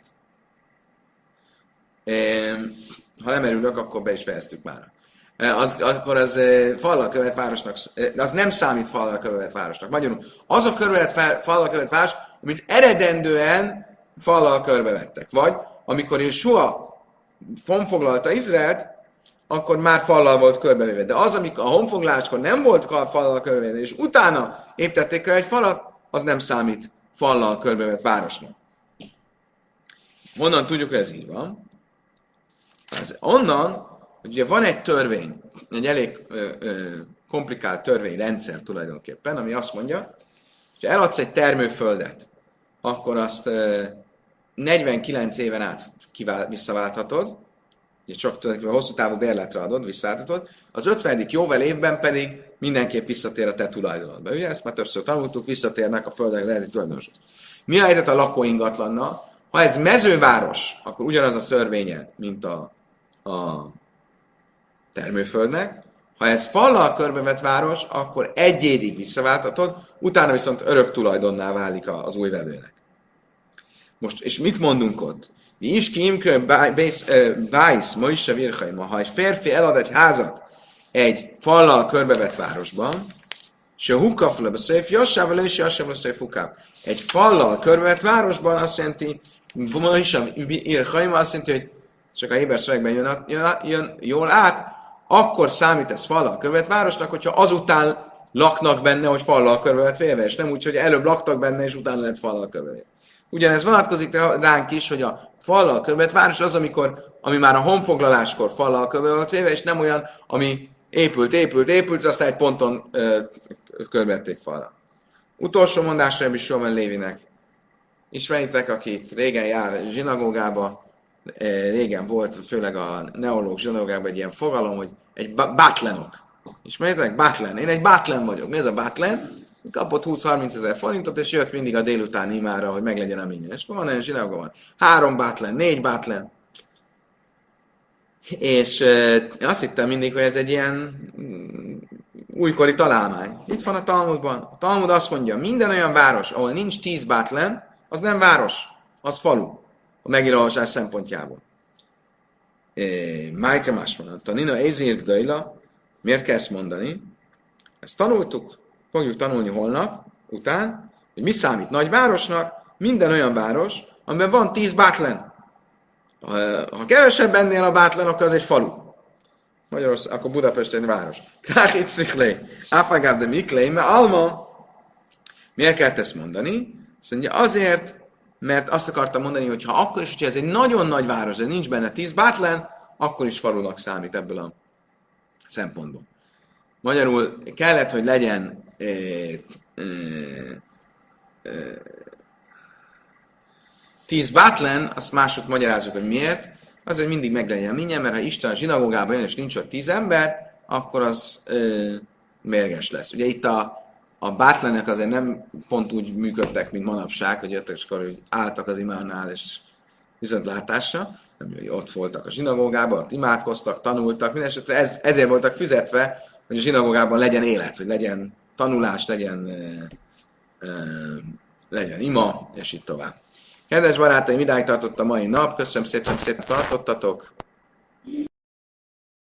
E, ha nem erülök, akkor be is fejeztük már. E, az, akkor az e, fallal körbevett városnak, e, az nem számít fallal körbevett városnak. Magyarul az a körbevett, fallal körbevett város, amit eredendően fallal körbevettek. Vagy amikor Josua honfoglalta Izraelt, akkor már fallal volt körbevéve. De az, amikor a honfoglaláskor nem volt fallal körbevéve, és utána építették el egy falat, az nem számít fallal körbevett városnak. Honnan tudjuk, hogy ez így van? Az onnan, hogy ugye van egy törvény, egy elég ö, ö, komplikált törvényrendszer tulajdonképpen, ami azt mondja, hogy eladsz egy termőföldet, akkor azt ö, negyvenkilenc éven át kivál, visszaválthatod, ugye csak tulajdonképpen hosszú távú bérletre adod, visszaáltatod, az ötvenedik jóvel évben pedig mindenképp visszatér a te tulajdonodba. Ugye ezt már többször tanultuk, visszatérnek a földek az eredeti tulajdonosok. Mi a helyzet a lakóingatlannal? Ha ez mezőváros, akkor ugyanaz a törvénye, mint a, a termőföldnek. Ha ez fallal körbevett város, akkor egy évig visszaváltatod, utána viszont örök tulajdonná válik az új vevőnek. Most, és mit mondunk ott? Mi is kiimkő bájsz, ma is a virhaima. Ha egy férfi elad egy házat egy fallal körbevett városban, se hukafle beszéf, jassával és jassával beszéf hukáv. Egy fallal körbevett városban azt jelenti, ma is a virhaima azt jelenti, hogy csak a héber szövegben jön, jön, jön jól át, akkor számít ez fallal körbevett városnak, hogyha azután laknak benne, hogy fallal körbevett félve, és nem úgy, hogy előbb laktak benne, és utána lett fallal körbevett. Ugyanez vonatkozik ránk is, hogy a fallal körbevett város az, amikor, ami már a honfoglaláskor fallal körbevett véve, és nem olyan, ami épült, épült, épült, aztán egy ponton ö, körbevették fallal. Utolsó mondásra Rabbi Shimon Lévinek. Ismeritek, akit régen jár zsinagógába, régen volt, főleg a neológ zsinagógában egy ilyen fogalom, hogy egy bátlenok. Ismeritek? Bátlen. Én egy bátlen vagyok. Mi ez a bátlen? Kapott húsz-harminc ezer forintot, és jött mindig a délután imára, hogy meglegyen a minden. És akkor van olyan zsinagóga van. Három bátlen, négy bátlen. És e, azt hittem mindig, hogy ez egy ilyen mm, újkori találmány. Itt van a Talmudban. A Talmud azt mondja, minden olyan város, ahol nincs tíz bátlen, az nem város, az falu. A megírolvasás szempontjából. Májke más mondta, Nina Ézir Gdaila, miért kell ezt mondani? Ezt tanultuk, fogjuk tanulni holnap után, hogy mi számít nagyvárosnak, minden olyan város, amiben van tíz bátlen. Ha kevesebb ennél a bátlen, akkor az egy falu. Magyarország, akkor Budapest egy város. Kráhit sziklé, áfágább de miklé, mert Alma, miért kell ezt mondani? Azt mondja, azért, mert azt akartam mondani, hogy ha akkor is, hogyha ez egy nagyon nagy város, de nincs benne tíz bátlen, akkor is falunak számít ebből a szempontból. Magyarul kellett, hogy legyen e, e, e, tíz bátlen, azt másod magyarázzuk, hogy miért. Az, hogy mindig meglegyen mindjárt, mert ha Isten a zsinagógába jön, és nincs ott tíz ember, akkor az e, mérges lesz. Ugye itt a A bátlenek azért nem pont úgy működtek, mint manapság, hogy jöttek, és akkor hogy álltak az imánál, és viszontlátásra, nem, hogy ott voltak a zsinagógában, ott imádkoztak, tanultak, mindesetre ez, ezért voltak fizetve, hogy a zsinagógában legyen élet, hogy legyen tanulás, legyen, e, e, legyen ima, és így tovább. Kedves barátaim, idáig tartott a mai nap, köszönöm szépen, szépen tartottatok.